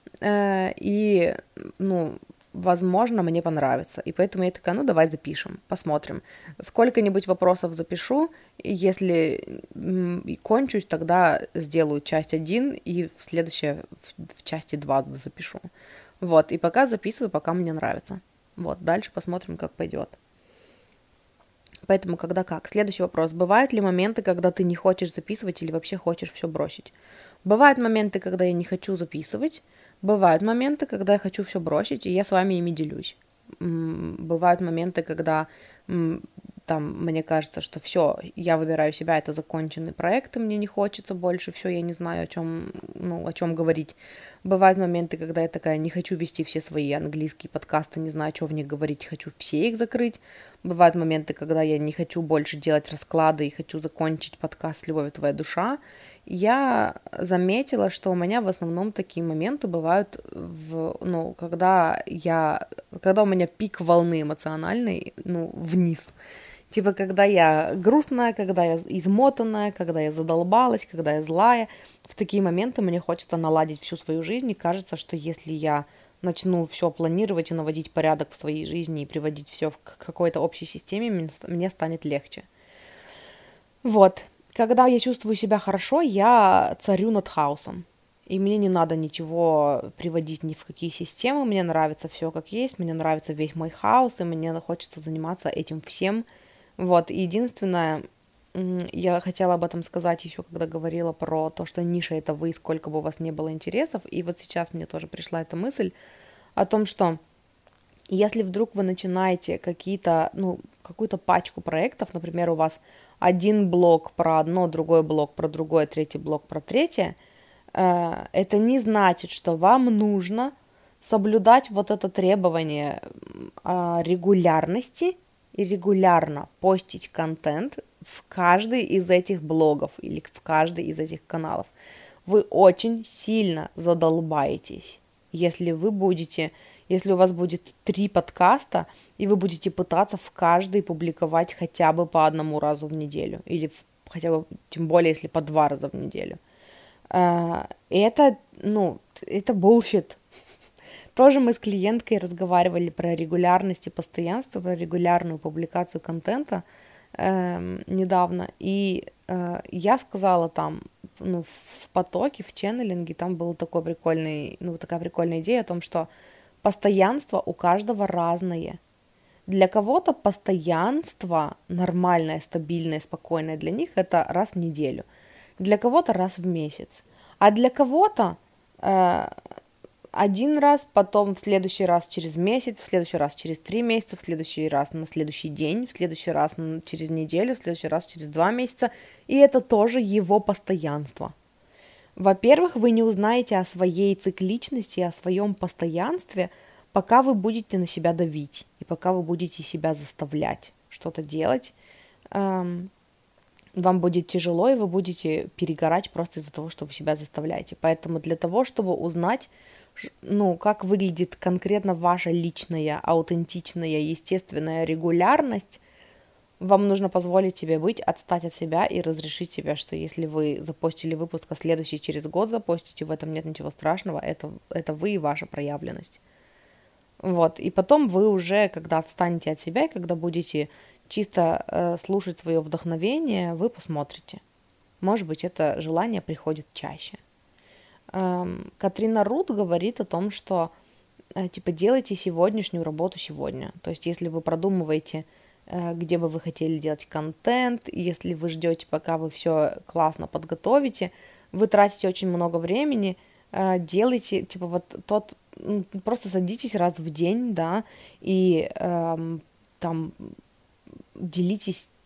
и, ну, возможно, мне понравится. И поэтому я такая, ну, давай запишем, посмотрим. Сколько-нибудь вопросов запишу, и если кончусь, тогда сделаю часть 1 и в следующее, в части 2 запишу. Вот, и пока записываю, пока мне нравится. Вот, дальше посмотрим, как пойдет. Поэтому когда как? Следующий вопрос. Бывают ли моменты, когда ты не хочешь записывать или вообще хочешь все бросить? Бывают моменты, когда я не хочу записывать. Бывают моменты, когда я хочу все бросить, и я с вами ими делюсь. Бывают моменты, когда там мне кажется, что все, я выбираю себя, это законченный проект, и мне не хочется больше, все, я не знаю, о чем говорить. Бывают моменты, когда я такая, не хочу вести все свои английские подкасты, не знаю, что в них говорить, хочу все их закрыть. Бывают моменты, когда я не хочу больше делать расклады и хочу закончить подкаст «Любовь твоя душа». Я заметила, что у меня в основном такие моменты бывают, когда у меня пик волны эмоциональной, вниз. Типа, когда я грустная, когда я измотанная, когда я задолбалась, когда я злая. В такие моменты мне хочется наладить всю свою жизнь, и кажется, что если я начну все планировать и наводить порядок в своей жизни и приводить все к какой-то общей системе, мне станет легче. Вот. Когда я чувствую себя хорошо, я царю над хаосом. И мне не надо ничего приводить ни в какие системы, мне нравится все как есть, мне нравится весь мой хаос, и мне хочется заниматься этим всем. Вот, и единственное, я хотела об этом сказать еще, когда говорила про то, что ниша — это вы, сколько бы у вас не было интересов, и вот сейчас мне тоже пришла эта мысль о том, что если вдруг вы начинаете какую-то пачку проектов, например, у вас один блог про одно, другой блог про другое, третий блог про третье, это не значит, что вам нужно соблюдать вот это требование регулярности и регулярно постить контент в каждый из этих блогов или в каждый из этих каналов. Вы очень сильно задолбаетесь, если у вас будет 3 подкаста, и вы будете пытаться в каждый публиковать хотя бы по 1 разу в неделю, или хотя бы, тем более, если по 2 раза в неделю. Это bullshit. Тоже мы с клиенткой разговаривали про регулярность и постоянство, про регулярную публикацию контента недавно, и я сказала там, в потоке, в ченнелинге, там была такая прикольная идея о том, что постоянство у каждого разное. Для кого-то постоянство нормальное, стабильное, спокойное для них это раз в неделю, для кого-то раз в месяц, а для кого-то один раз, потом в следующий раз через месяц, в следующий раз через 3 месяца, в следующий раз на следующий день, в следующий раз через неделю, в следующий раз через 2 месяца, и это тоже его постоянство. Во-первых, вы не узнаете о своей цикличности, о своем постоянстве, пока вы будете на себя давить, и пока вы будете себя заставлять что-то делать. Вам будет тяжело, и вы будете перегорать просто из-за того, что вы себя заставляете. Поэтому для того, чтобы узнать, как выглядит конкретно ваша личная, аутентичная, естественная регулярность, вам нужно позволить себе отстать от себя и разрешить себе, что если вы запостили выпуск, а следующий через год запостите, в этом нет ничего страшного, это вы и ваша проявленность. Вот, и потом вы уже, когда отстанете от себя, и когда будете чисто слушать свое вдохновение, вы посмотрите. Может быть, это желание приходит чаще. Катрина Рут говорит о том, что делайте сегодняшнюю работу сегодня. То есть, если вы продумываете, где бы вы хотели делать контент, если вы ждете, пока вы все классно подготовите, вы тратите очень много времени, делайте, просто садитесь раз в день, да, и там делитесь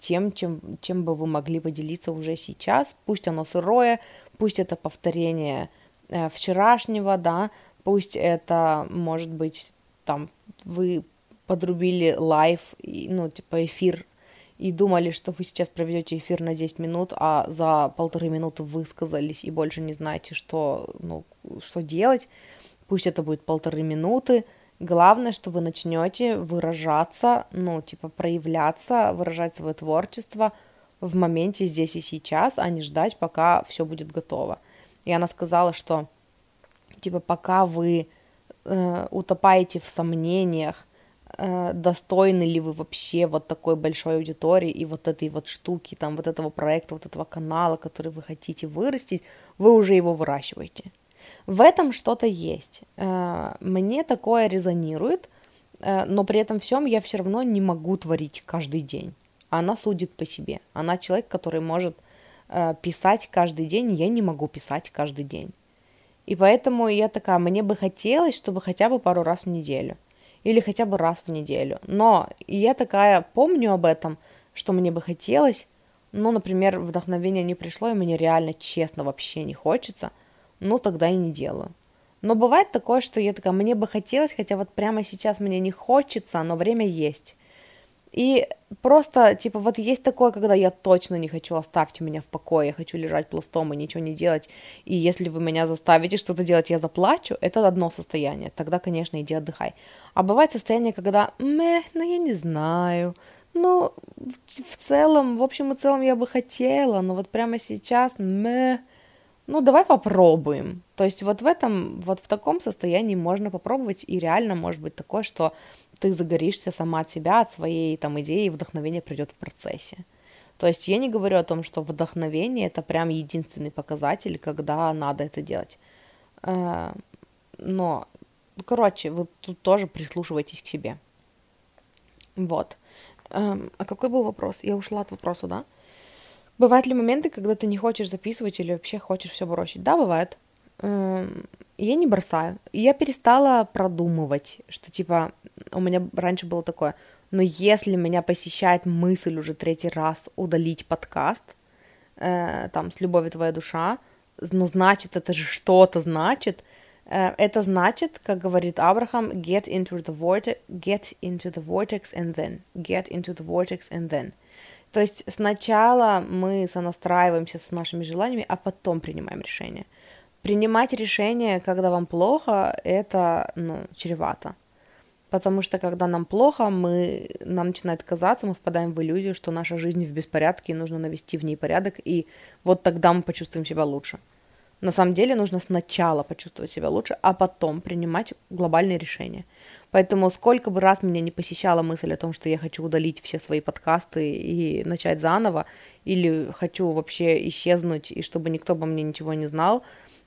тем, чем бы вы могли поделиться уже сейчас. Пусть оно сырое, пусть это повторение вчерашнего, да, пусть это, может быть, там, вы подрубили лайв, ну, типа эфир, и думали, что вы сейчас проведете эфир на 10 минут, а за 1,5 минуты высказались и больше не знаете, что делать. Пусть это будет 1,5 минуты. Главное, что вы начнете выражаться, проявляться, выражать свое творчество в моменте здесь и сейчас, а не ждать, пока все будет готово. И она сказала, что пока вы утопаете в сомнениях, достойны ли вы вообще вот такой большой аудитории и вот этой вот штуки, там вот этого проекта, вот этого канала, который вы хотите вырастить, вы уже его выращиваете. В этом что-то есть. Мне такое резонирует, но при этом всем я все равно не могу творить каждый день. Она судит по себе. Она человек, который может писать каждый день, я не могу писать каждый день. И поэтому я такая, мне бы хотелось, чтобы хотя бы пару раз в неделю. Или хотя бы раз в неделю. Но я такая помню об этом, что мне бы хотелось. Например, вдохновение не пришло, и мне реально, честно, вообще не хочется. Тогда и не делаю. Но бывает такое, что я такая, мне бы хотелось, хотя вот прямо сейчас мне не хочется, но время есть. И просто, вот есть такое, когда я точно не хочу, оставьте меня в покое, я хочу лежать пластом и ничего не делать, и если вы меня заставите что-то делать, я заплачу, это одно состояние, тогда, конечно, иди отдыхай. А бывает состояние, когда, я не знаю, в целом, в общем и целом я бы хотела, но вот прямо сейчас, давай попробуем. То есть вот в таком состоянии можно попробовать, и реально может быть такое, что ты загоришься сама от себя, от своей идеи, и вдохновение придет в процессе. То есть я не говорю о том, что вдохновение это прям единственный показатель, когда надо это делать. Но, вы тут тоже прислушивайтесь к себе. Вот. А какой был вопрос? Я ушла от вопроса, да? Бывают ли моменты, когда ты не хочешь записывать или вообще хочешь все бросить? Да, бывает. Я не бросаю. Я перестала продумывать, что у меня раньше было такое, но если меня посещает мысль уже 3-й раз удалить подкаст, с «Любовью твоя душа», значит, это же что-то значит. Это значит, как говорит Абрахам, get into the vortex and then. То есть сначала мы сонастраиваемся с нашими желаниями, а потом принимаем решение. Принимать решение, когда вам плохо, это, чревато. Потому что, когда нам плохо, нам начинает казаться, мы впадаем в иллюзию, что наша жизнь в беспорядке, и нужно навести в ней порядок, и вот тогда мы почувствуем себя лучше. На самом деле нужно сначала почувствовать себя лучше, а потом принимать глобальные решения. Поэтому сколько бы раз меня не посещала мысль о том, что я хочу удалить все свои подкасты и начать заново, или хочу вообще исчезнуть, и чтобы никто обо мне ничего не знал,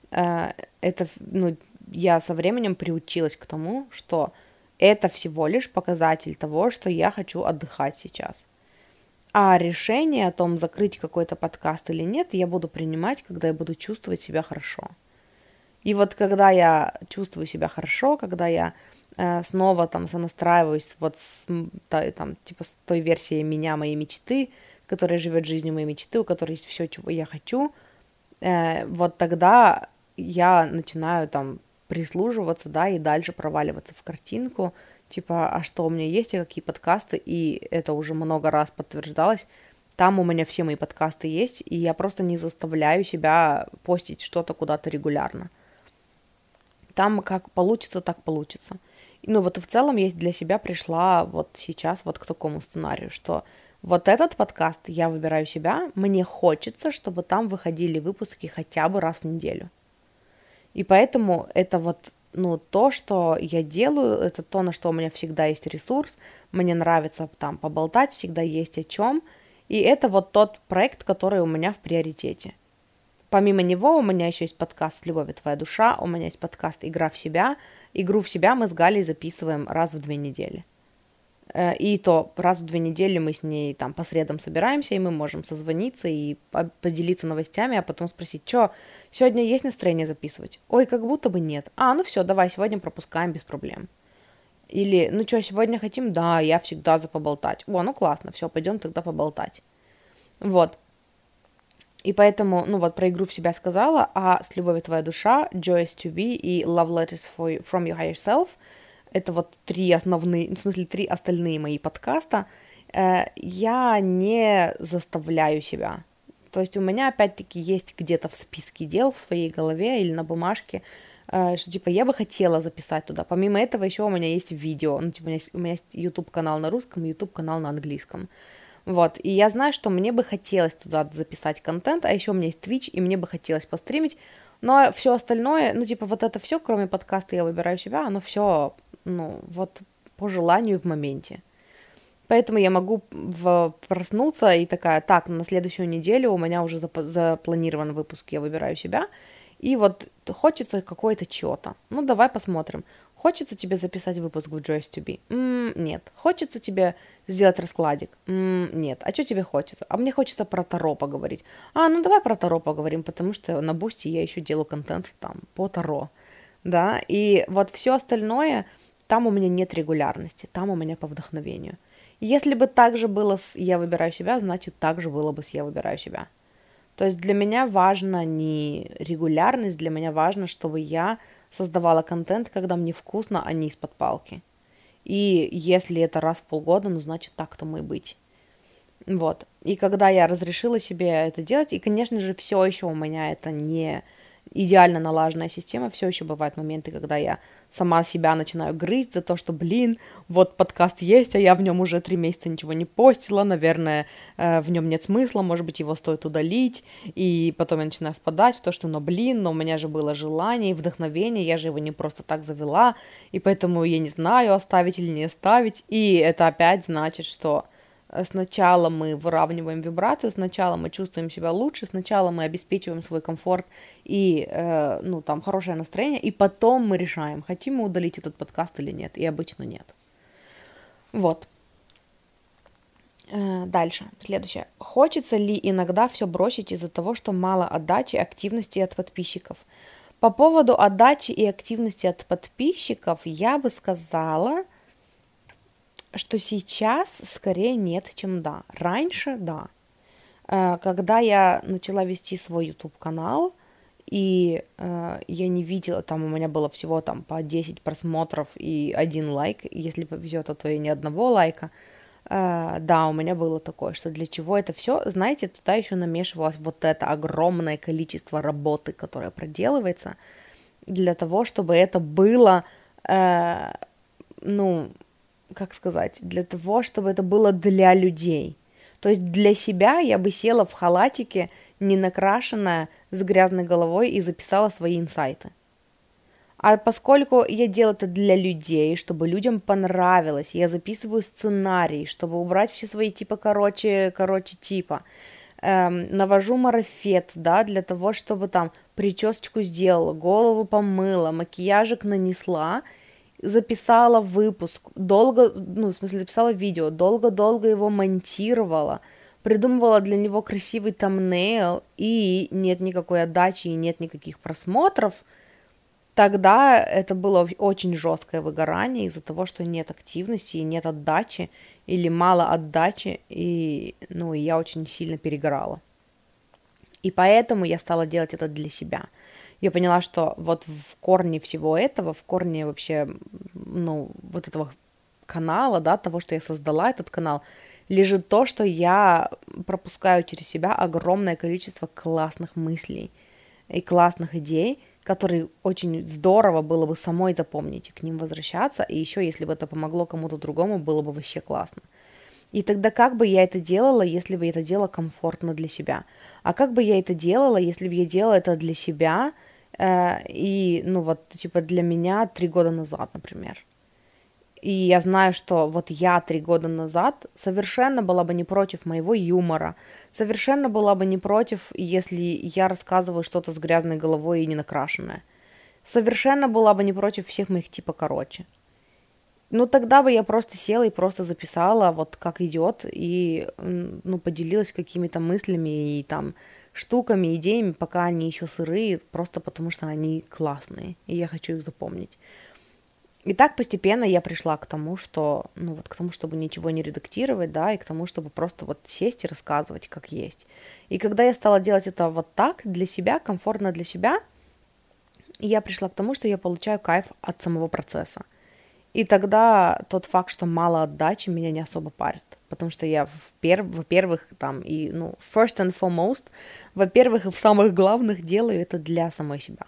я со временем приучилась к тому, что это всего лишь показатель того, что я хочу отдыхать сейчас. А решение о том, закрыть какой-то подкаст или нет, я буду принимать, когда я буду чувствовать себя хорошо. И вот когда я чувствую себя хорошо, когда я снова сонастраиваюсь с той версией меня, моей мечты, которая живет жизнью моей мечты, у которой есть все, чего я хочу, вот тогда я начинаю прислушиваться, да, и дальше проваливаться в картинку, а что у меня есть, и какие подкасты, и это уже много раз подтверждалось, там у меня все мои подкасты есть, и я просто не заставляю себя постить что-то куда-то регулярно. Там как получится, так получится. И в целом я для себя пришла сейчас к такому сценарию, что вот этот подкаст я выбираю себя, мне хочется, чтобы там выходили выпуски хотя бы раз в неделю. И поэтому это то, что я делаю, это то, на что у меня всегда есть ресурс, мне нравится поболтать, всегда есть о чем, и это тот проект, который у меня в приоритете. Помимо него у меня еще есть подкаст «Любовью твоя душа», у меня есть подкаст «Игра в себя». Игру в себя мы с Галей записываем раз в 2 недели. И то раз в 2 недели мы с ней по средам собираемся, и мы можем созвониться и поделиться новостями, а потом спросить, что, сегодня есть настроение записывать? Ой, как будто бы нет. Все, давай, сегодня пропускаем без проблем. Или, ну что, сегодня хотим? Да, я всегда за поболтать. О, ну классно, все, пойдем тогда поболтать. Вот. И поэтому, ну вот про игру в себя сказала, а с любовью твоя душа, Joy is to be и Love Letters from your higher self, это вот три основные, в смысле три остальные мои подкаста, я не заставляю себя. То есть у меня опять-таки есть где-то в списке дел в своей голове или на бумажке, что типа я бы хотела записать туда. Помимо этого еще у меня есть видео, ну типа у меня есть YouTube канал на русском, YouTube канал на английском. Вот, и я знаю, что мне бы хотелось туда записать контент, а еще у меня есть Twitch, и мне бы хотелось постримить, но все остальное, ну, типа, вот это все, кроме подкаста «Я выбираю себя», оно все, ну, вот по желанию в моменте. Поэтому я могу проснуться и такая, так, на следующую неделю у меня уже запланирован выпуск «Я выбираю себя», и вот хочется какое-то чего-то. Ну, давай посмотрим. Хочется тебе записать выпуск в Joyce to be? Нет. Хочется тебе сделать раскладик? Нет. А что тебе хочется? А мне хочется про Таро поговорить. Ну давай про Таро поговорим, потому что на Бусти я еще делаю контент там по Таро. Да, и вот все остальное, там у меня нет регулярности, там у меня по вдохновению. Если бы так же было с «Я выбираю себя», значит, так же было бы с «Я выбираю себя». То есть для меня важна не регулярность, для меня важно, чтобы я создавала контент, когда мне вкусно, а не из-под палки. И если это раз в полгода, ну, значит, так тому и быть. Вот. И когда я разрешила себе это делать, и, конечно же, все еще у меня это не идеально налаженная система, все еще бывают моменты, когда я сама себя начинаю грызть за то, что, блин, вот подкаст есть, а я в нем уже 3 месяца ничего не постила, наверное, в нем нет смысла, может быть, его стоит удалить, и потом я начинаю впадать в то, что, ну, блин, но у меня же было желание и вдохновение, я же его не просто так завела, и поэтому я не знаю, оставить или не оставить, и это опять значит, что сначала мы выравниваем вибрацию, сначала мы чувствуем себя лучше, сначала мы обеспечиваем свой комфорт и, ну, там, хорошее настроение, и потом мы решаем, хотим мы удалить этот подкаст или нет, и обычно нет. Вот. Дальше, следующее. Хочется ли иногда все бросить из-за того, что мало отдачи, активности от подписчиков? По поводу отдачи и активности от подписчиков я бы сказала, что сейчас скорее нет, чем да. Раньше да. Когда я начала вести свой YouTube-канал, и я не видела, там у меня было всего там по 10 просмотров и 1 лайк, если повезет, то и ни одного лайка, да, у меня было такое, что для чего это все, знаете, туда еще намешивалось вот это огромное количество работы, которое проделывается, для того, чтобы это было, ну, как сказать, для того, чтобы это было для людей. То есть для себя я бы села в халатике, не накрашенная, с грязной головой и записала свои инсайты. А поскольку я делаю это для людей, чтобы людям понравилось, я записываю сценарий, чтобы убрать все свои типа короче типа, навожу марафет, да, для того, чтобы там причесочку сделала, голову помыла, макияжик нанесла, записала выпуск, долго, ну, в смысле, записала видео, долго-долго его монтировала, придумывала для него красивый тамнейл, и нет никакой отдачи, и нет никаких просмотров, тогда это было очень жесткое выгорание из-за того, что нет активности и нет отдачи, или мало отдачи, и, ну, и я очень сильно перегорала. И поэтому я стала делать это для себя. Я поняла, что вот в корне всего этого, в корне вообще, ну, вот этого канала, да, того, что я создала этот канал, лежит то, что я пропускаю через себя огромное количество классных мыслей и классных идей, которые очень здорово было бы самой запомнить и к ним возвращаться, и еще, если бы это помогло кому-то другому, было бы вообще классно. И тогда как бы я это делала, если бы я это делала комфортно для себя? А как бы я это делала, если бы я делала это для себя, и, ну, вот, типа, для меня 3 года назад, например. И я знаю, что вот я 3 года назад совершенно была бы не против моего юмора, совершенно была бы не против, если я рассказываю что-то с грязной головой и не накрашенное. Совершенно была бы не против всех моих типа короче. Ну, тогда бы я просто села и просто записала, вот как идет, и, ну, поделилась какими-то мыслями и там штуками, идеями, пока они еще сырые, просто потому что они классные, и я хочу их запомнить. И так постепенно я пришла к тому, что, ну вот к тому, чтобы ничего не редактировать, да, и к тому, чтобы просто вот сесть и рассказывать, как есть. И когда я стала делать это вот так, для себя, комфортно для себя, я пришла к тому, что я получаю кайф от самого процесса. И тогда тот факт, что мало отдачи, меня не особо парит. Потому что я, во-первых, там, и, ну, first and foremost, во-первых, и в самых главных делаю это для самой себя.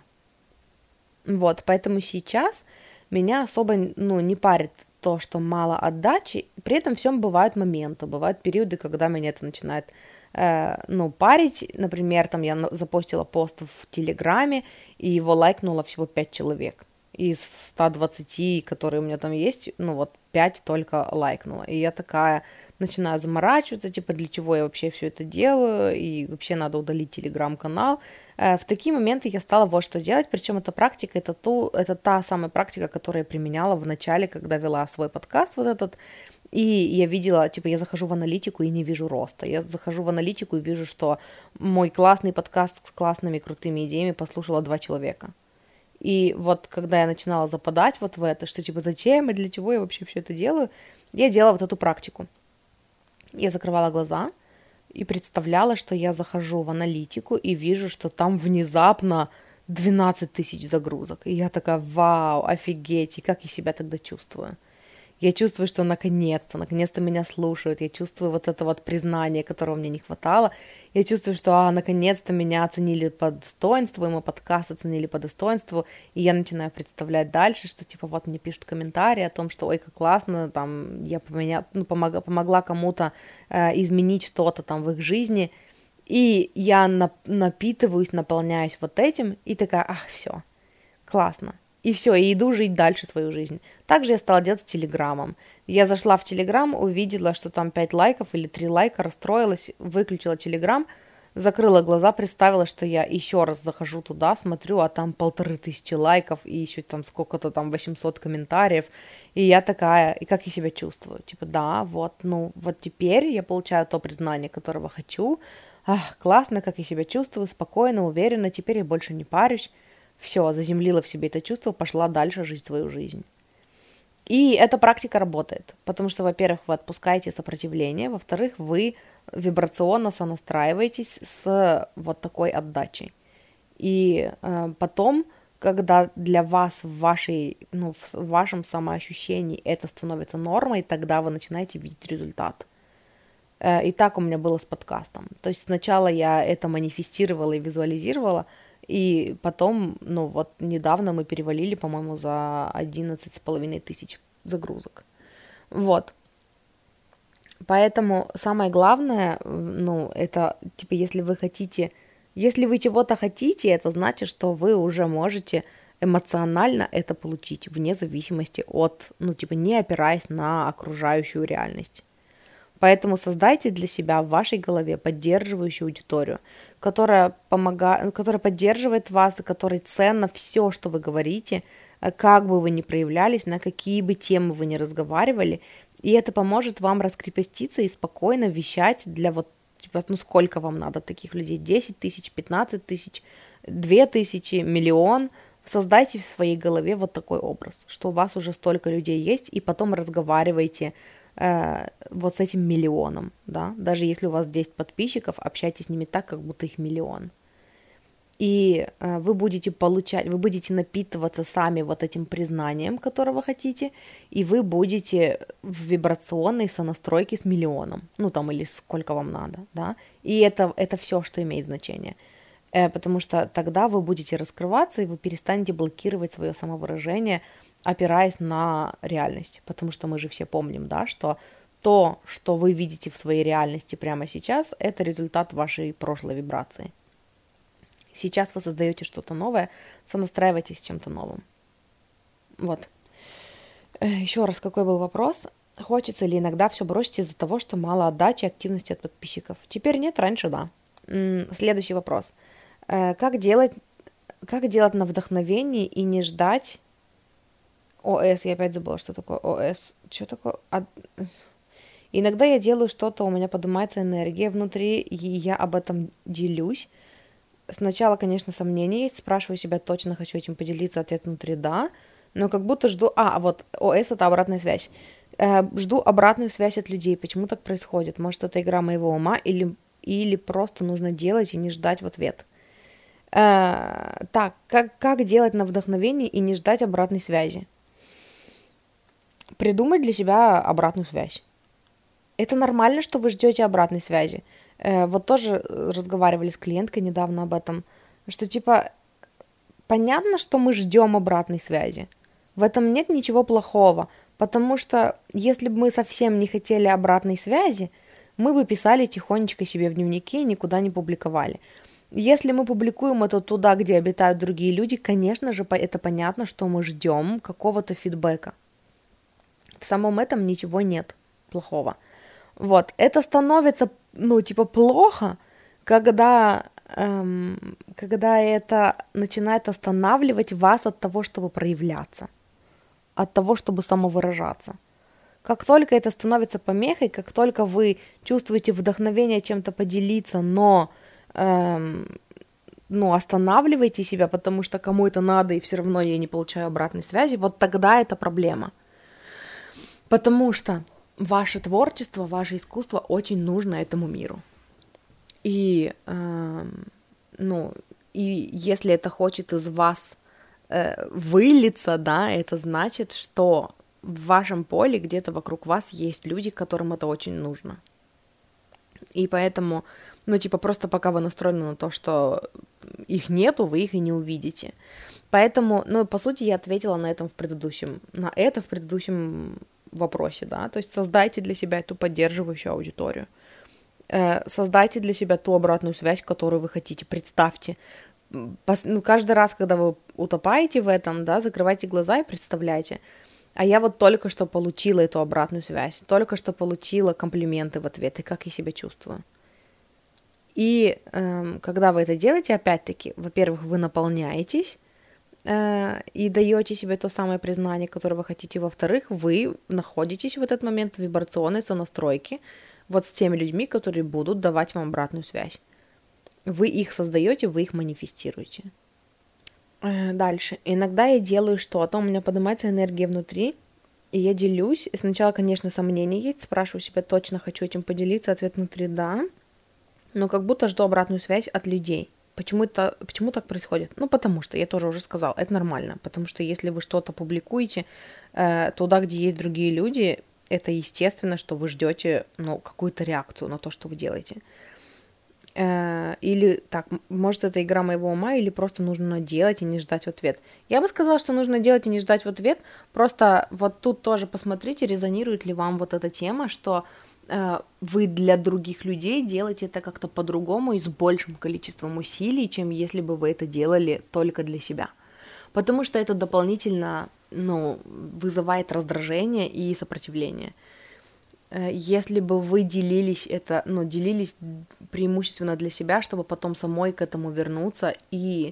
Вот, поэтому сейчас меня особо, ну, не парит то, что мало отдачи. При этом всем бывают моменты, бывают периоды, когда меня это начинает, ну, парить. Например, там я запостила пост в Телеграме, и его лайкнуло всего 5 человек. Из 120, которые у меня там есть, ну вот 5 только лайкнуло. И я такая начинаю заморачиваться, типа, для чего я вообще все это делаю, и вообще надо удалить телеграм-канал. В такие моменты я стала вот что делать, причем эта практика, это та самая практика, которую я применяла в начале, когда вела свой подкаст вот этот, и я видела, типа, я захожу в аналитику и не вижу роста. Я захожу в аналитику и вижу, что мой классный подкаст с классными крутыми идеями послушало 2 человека. И вот когда я начинала западать вот в это, что типа зачем и для чего я вообще все это делаю, я делала вот эту практику. Я закрывала глаза и представляла, что я захожу в аналитику и вижу, что там внезапно 12 тысяч загрузок. И я такая, вау, офигеть, и как я себя тогда чувствую? Я чувствую, что наконец-то меня слушают, я чувствую вот это вот признание, которого мне не хватало, я чувствую, что, наконец-то меня оценили по достоинству, и мой подкаст оценили по достоинству, и я начинаю представлять дальше, что, типа, вот мне пишут комментарии о том, что, ой, как классно, там, я помогла кому-то изменить что-то там в их жизни, и я напитываюсь, наполняюсь вот этим, и такая, ах, все, классно. И все, и иду жить дальше свою жизнь. Также я стала делать с Телеграмом. Я зашла в Телеграм, увидела, что там 5 лайков или 3 лайка, расстроилась, выключила Телеграм, закрыла глаза, представила, что я еще раз захожу туда, смотрю, а там 1500 лайков и еще там сколько-то там 800 комментариев. И я такая, и как я себя чувствую? Типа, да, вот, ну, вот теперь я получаю то признание, которого хочу. Ах, классно, как я себя чувствую, спокойно, уверенно, теперь я больше не парюсь. Все, заземлила в себе это чувство, пошла дальше жить свою жизнь. И эта практика работает, потому что, во-первых, вы отпускаете сопротивление, во-вторых, вы вибрационно сонастраиваетесь с вот такой отдачей. И потом, когда для вас в вашем самоощущении это становится нормой, тогда вы начинаете видеть результат. И так у меня было с подкастом. То есть сначала я это манифестировала и визуализировала, и потом, ну вот недавно мы перевалили, по-моему, за 11,5 тысяч загрузок. Вот. Поэтому самое главное, ну, это, типа, если вы чего-то хотите, это значит, что вы уже можете эмоционально это получить, вне зависимости от, ну, типа, не опираясь на окружающую реальность. Поэтому создайте для себя в вашей голове поддерживающую аудиторию, которая поддерживает вас, и которой ценно все, что вы говорите, как бы вы ни проявлялись, на какие бы темы вы ни разговаривали, и это поможет вам раскрепоститься и спокойно вещать для вот, типа, ну сколько вам надо таких людей, 10 тысяч, 15 тысяч, 2000, миллион. Создайте в своей голове вот такой образ, что у вас уже столько людей есть, и потом разговаривайте вот с этим миллионом, да, даже если у вас 10 подписчиков, общайтесь с ними так, как будто их миллион. И вы будете напитываться сами вот этим признанием, которого хотите, и вы будете в вибрационной сонастройке с миллионом, ну там или сколько вам надо, да, и это все, что имеет значение, потому что тогда вы будете раскрываться, и вы перестанете блокировать свое самовыражение, опираясь на реальность, потому что мы же все помним, да, что то, что вы видите в своей реальности прямо сейчас, это результат вашей прошлой вибрации. Сейчас вы создаете что-то новое, сонастраивайтесь с чем-то новым. Вот. Еще раз, какой был вопрос? Хочется ли иногда все бросить из-за того, что мало отдачи и активности от подписчиков? Теперь нет, раньше да. Следующий вопрос. Как делать на вдохновении и не ждать... ОС, я опять забыла, что такое ОС. Что такое? Иногда я делаю что-то, у меня поднимается энергия внутри, и я об этом делюсь. Сначала, конечно, сомнения есть, спрашиваю себя, точно хочу этим поделиться, ответ внутри да, но как будто жду... вот ОС — это обратная связь. Жду обратную связь от людей. Почему так происходит? Может, это игра моего ума или просто нужно делать и не ждать в ответ? Так, как делать на вдохновении и не ждать обратной связи? Придумать для себя обратную связь. Это нормально, что вы ждете обратной связи. Вот тоже разговаривали с клиенткой недавно об этом, что типа понятно, что мы ждем обратной связи. В этом нет ничего плохого, потому что если бы мы совсем не хотели обратной связи, мы бы писали тихонечко себе в дневнике и никуда не публиковали. Если мы публикуем это туда, где обитают другие люди, конечно же, это понятно, что мы ждем какого-то фидбэка. В самом этом ничего нет плохого. Вот, это становится, плохо, когда это начинает останавливать вас от того, чтобы проявляться, от того, чтобы самовыражаться. Как только это становится помехой, как только вы чувствуете вдохновение чем-то поделиться, но останавливаете себя, потому что кому это надо, и все равно я не получаю обратной связи, вот тогда это проблема. Потому что ваше творчество, ваше искусство очень нужно этому миру. И если это хочет из вас вылиться, да, это значит, что в вашем поле где-то вокруг вас есть люди, которым это очень нужно. И поэтому, просто пока вы настроены на то, что их нету, вы их и не увидите. Поэтому, по сути, я ответила на это в предыдущем вопросе, да, то есть создайте для себя эту поддерживающую аудиторию. Создайте для себя ту обратную связь, которую вы хотите. Представьте. Каждый раз, когда вы утопаете в этом, да, закрывайте глаза и представляйте. А я вот только что получила эту обратную связь, только что получила комплименты в ответ, и как я себя чувствую. И когда вы это делаете, опять-таки, во-первых, вы наполняетесь и даете себе то самое признание, которое вы хотите. Во-вторых, вы находитесь в этот момент в вибрационной сонастройке вот с теми людьми, которые будут давать вам обратную связь. Вы их создаете, вы их манифестируете. Дальше. Иногда я делаю что-то, у меня поднимается энергия внутри, и я делюсь. И сначала, конечно, сомнения есть, спрашиваю себя, точно хочу этим поделиться, ответ внутри да, но как будто жду обратную связь от людей. Почему так происходит? Потому что, я тоже уже сказала, это нормально, потому что если вы что-то публикуете туда, где есть другие люди, это естественно, что вы ждете какую-то реакцию на то, что вы делаете. Или так, может, это игра моего ума, или просто нужно делать и не ждать в ответ. Я бы сказала, что нужно делать и не ждать в ответ, просто вот тут тоже посмотрите, резонирует ли вам вот эта тема, что вы для других людей делаете это как-то по-другому и с большим количеством усилий, чем если бы вы это делали только для себя. Потому что это дополнительно, вызывает раздражение и сопротивление. Если бы вы делились преимущественно для себя, чтобы потом самой к этому вернуться и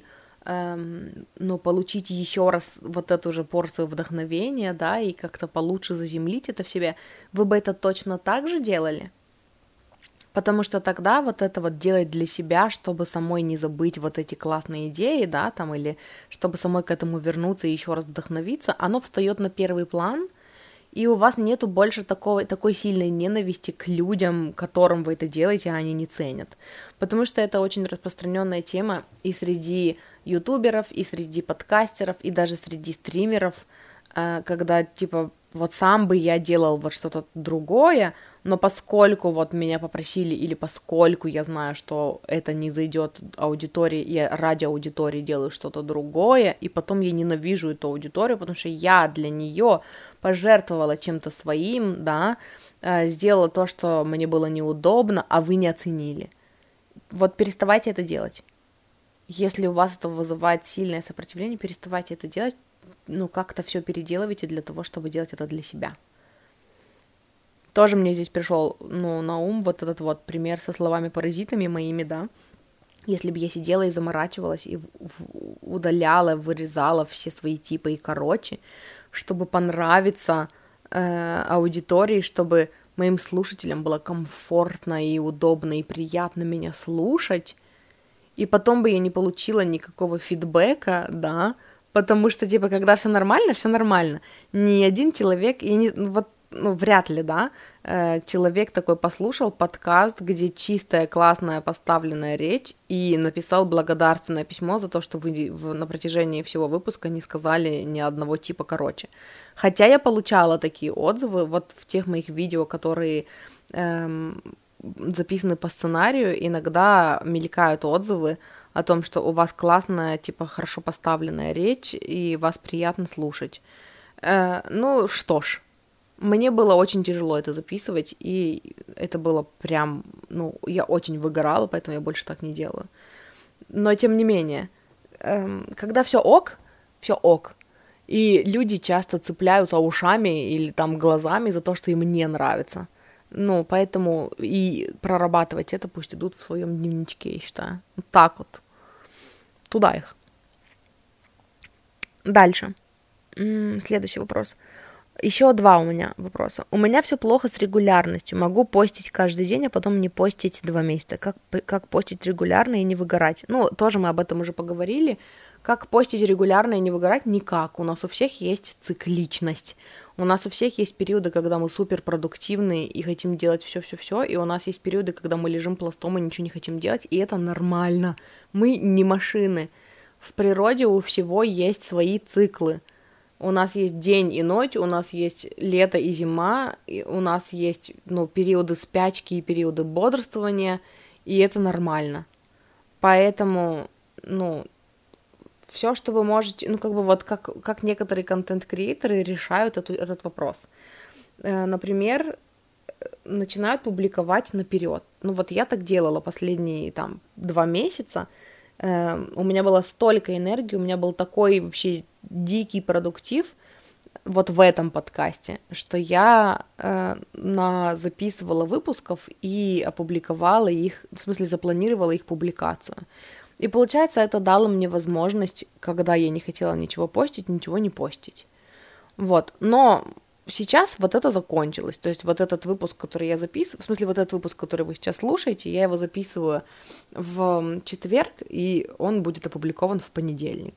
получить еще раз вот эту же порцию вдохновения, да, и как-то получше заземлить это в себе, вы бы это точно так же делали? Потому что тогда вот это вот делать для себя, чтобы самой не забыть вот эти классные идеи, да, там, или чтобы самой к этому вернуться и еще раз вдохновиться, оно встает на первый план, и у вас нету больше такой сильной ненависти к людям, которым вы это делаете, а они не ценят. Потому что это очень распространенная тема и среди ютуберов, и среди подкастеров, и даже среди стримеров, когда, вот сам бы я делал вот что-то другое, но поскольку вот меня попросили, или поскольку я знаю, что это не зайдет аудитории, я ради аудитории делаю что-то другое, и потом я ненавижу эту аудиторию, потому что я для нее пожертвовала чем-то своим, да, сделала то, что мне было неудобно, а вы не оценили. Вот переставайте это делать. Если у вас это вызывает сильное сопротивление, переставайте это делать, как-то все переделывайте для того, чтобы делать это для себя. Тоже мне здесь пришел, на ум вот этот вот пример со словами-паразитами моими, да. Если бы я сидела и заморачивалась, и удаляла, вырезала все свои типы и короче, чтобы понравиться аудитории, чтобы моим слушателям было комфортно и удобно и приятно меня слушать, и потом бы я не получила никакого фидбэка, да, Потому что, типа, когда все нормально. Ни один человек, вряд ли, да, человек такой послушал подкаст, где чистая, классная, поставленная речь, и написал благодарственное письмо за то, что вы на протяжении всего выпуска не сказали ни одного типа короче. Хотя я получала такие отзывы вот в тех моих видео, которые записаны по сценарию, иногда мелькают отзывы о том, что у вас классная, типа, хорошо поставленная речь, и вас приятно слушать. Ну, что ж, мне было очень тяжело это записывать, и это было прям, я очень выгорала, поэтому я больше так не делаю. Но, тем не менее, когда все ок, и люди часто цепляются ушами или там глазами за то, что им не нравится. Поэтому и прорабатывать это пусть идут в своем дневничке, я считаю. Вот так вот. Туда их. Дальше. Следующий вопрос. Еще 2 у меня вопроса. У меня все плохо с регулярностью. Могу постить каждый день, а потом не постить 2 месяца. Как постить регулярно и не выгорать? Тоже мы об этом уже поговорили. Как постить регулярно и не выгорать? Никак. У нас у всех есть цикличность. У нас у всех есть периоды, когда мы суперпродуктивны и хотим делать все, и у нас есть периоды, когда мы лежим пластом и ничего не хотим делать, и это нормально. Мы не машины. В природе у всего есть свои циклы. У нас есть день и ночь, у нас есть лето и зима, и у нас есть, периоды спячки и периоды бодрствования, и это нормально. Поэтому, все, что вы можете, как некоторые контент-креаторы решают этот вопрос. Например, начинают публиковать наперед. Я так делала последние 2 месяца. У меня было столько энергии, у меня был такой вообще дикий продуктив вот в этом подкасте, что я записывала выпусков и опубликовала их, в смысле запланировала их публикацию. И получается, это дало мне возможность, когда я не хотела ничего постить, ничего не постить. Но сейчас вот это закончилось. То есть вот этот выпуск, который я записываю, в смысле вот этот выпуск, который вы сейчас слушаете, я его записываю в четверг, и он будет опубликован в понедельник.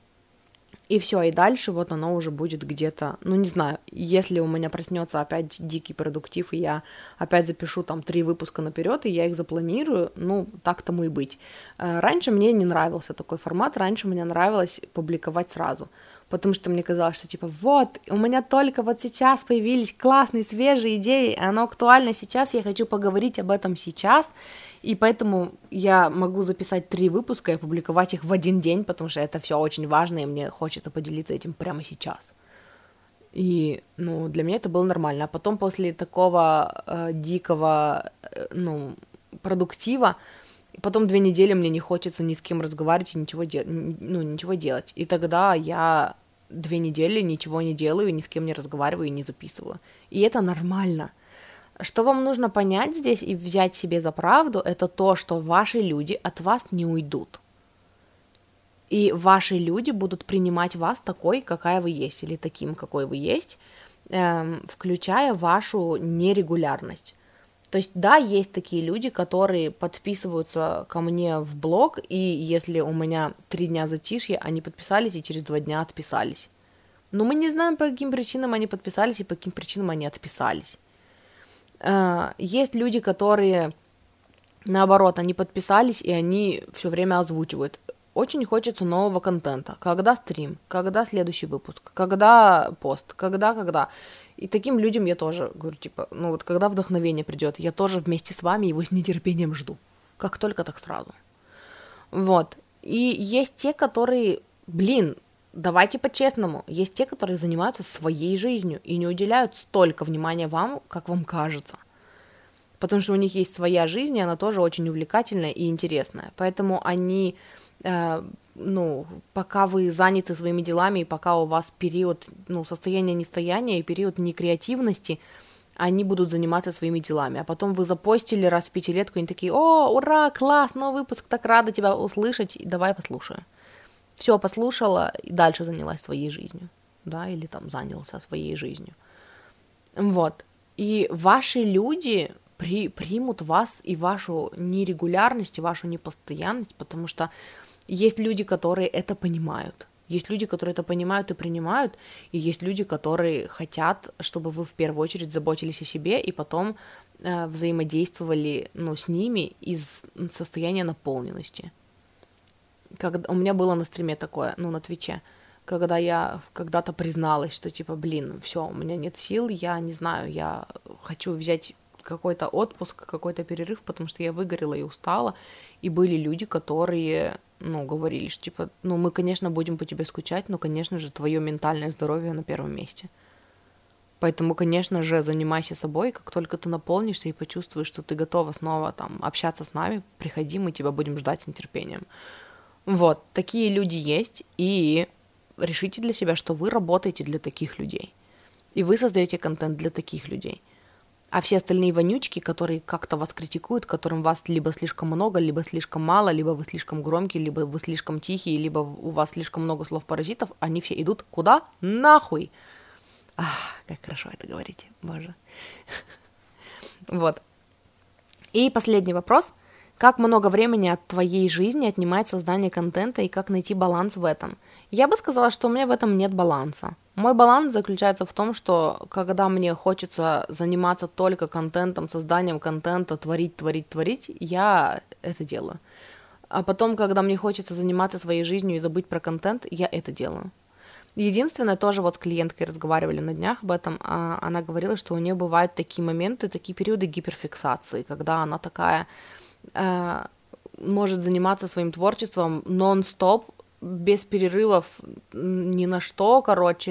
И все, и дальше вот оно уже будет где-то, не знаю, если у меня проснется опять дикий продуктив, и я опять запишу 3 выпуска наперед, и я их запланирую, так тому и быть. Раньше мне не нравился такой формат, раньше мне нравилось публиковать сразу, потому что мне казалось, что у меня только вот сейчас появились классные, свежие идеи, оно актуально сейчас, я хочу поговорить об этом сейчас, и поэтому я могу записать 3 выпуска и опубликовать их в один день, потому что это все очень важно, и мне хочется поделиться этим прямо сейчас. И, для меня это было нормально. А потом после такого дикого, продуктива, потом 2 недели мне не хочется ни с кем разговаривать и ничего делать. И тогда я 2 недели ничего не делаю, ни с кем не разговариваю и не записываю. И это нормально. Что вам нужно понять здесь и взять себе за правду, это то, что ваши люди от вас не уйдут. И ваши люди будут принимать вас такой, какая вы есть, или таким, какой вы есть, включая вашу нерегулярность. То есть, да, есть такие люди, которые подписываются ко мне в блог, и если у меня 3 дня затишья, они подписались и через 2 дня отписались. Но мы не знаем, по каким причинам они подписались и по каким причинам они отписались. Есть люди, которые, наоборот, они подписались, и они все время озвучивают. Очень хочется нового контента. Когда стрим? Когда следующий выпуск? Когда пост? Когда? И таким людям я тоже говорю, когда вдохновение придет, я тоже вместе с вами его с нетерпением жду. Как только, так сразу. И есть те, которые, давайте по-честному, есть те, которые занимаются своей жизнью и не уделяют столько внимания вам, как вам кажется. Потому что у них есть своя жизнь, и она тоже очень увлекательная и интересная. Поэтому они, пока вы заняты своими делами, и пока у вас период, состояния нестояния и период некреативности, они будут заниматься своими делами. А потом вы запостили раз в 5-летку, и они такие: «О, ура, класс, новый выпуск, так рада тебя услышать, давай послушаю». Все, послушала и дальше занялась своей жизнью, да, или занялся своей жизнью. И ваши люди примут вас и вашу нерегулярность, и вашу непостоянность, потому что есть люди, которые это понимают. Есть люди, которые это понимают и принимают, и есть люди, которые хотят, чтобы вы в первую очередь заботились о себе и потом взаимодействовали, с ними из состояния наполненности. У меня было на стриме такое, на Твиче, когда я когда-то призналась, что типа, все, у меня нет сил, я не знаю, я хочу взять какой-то отпуск, какой-то перерыв, потому что я выгорела и устала, и были люди, которые, говорили, что типа, мы, конечно, будем по тебе скучать, но, конечно же, твое ментальное здоровье на первом месте. Поэтому, конечно же, занимайся собой, как только ты наполнишься и почувствуешь, что ты готова снова общаться с нами, приходи, мы тебя будем ждать с нетерпением. Вот, такие люди есть, и решите для себя, что вы работаете для таких людей. И вы создаете контент для таких людей. А все остальные вонючки, которые как-то вас критикуют, которым вас либо слишком много, либо слишком мало, либо вы слишком громкий, либо вы слишком тихий, либо у вас слишком много слов-паразитов, они все идут куда? Нахуй! Как хорошо это говорите, боже. Вот. И последний вопрос. Как много времени от твоей жизни отнимает создание контента и как найти баланс в этом? Я бы сказала, что у меня в этом нет баланса. Мой баланс заключается в том, что когда мне хочется заниматься только контентом, созданием контента, творить, я это делаю. А потом, когда мне хочется заниматься своей жизнью и забыть про контент, я это делаю. Единственное, тоже вот с клиенткой разговаривали на днях об этом, она говорила, что у нее бывают такие моменты, такие периоды гиперфиксации, когда она такая может заниматься своим творчеством нон-стоп, без перерывов ни на что,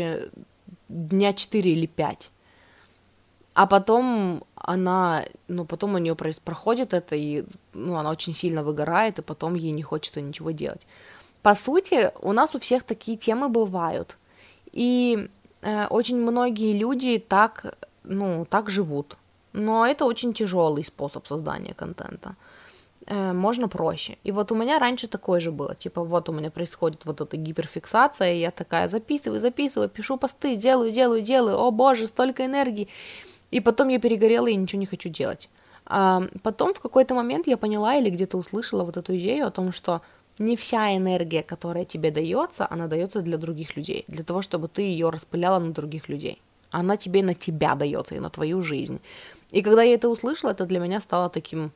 дня 4 или 5. А потом потом у нее проходит это, и она очень сильно выгорает, и потом ей не хочется ничего делать. По сути, у нас у всех такие темы бывают, и очень многие люди так живут. Но это очень тяжелый способ создания контента. Можно проще. И вот у меня раньше такое же было. Типа вот у меня происходит вот эта гиперфиксация, и я такая записываю, пишу посты, делаю, о боже, столько энергии. И потом я перегорела и ничего не хочу делать. А потом в какой-то момент я поняла или где-то услышала вот эту идею о том, что не вся энергия, которая тебе дается, она дается для других людей, для того, чтобы ты ее распыляла на других людей. Она тебе на тебя дается и на твою жизнь. И когда я это услышала, это для меня стало таким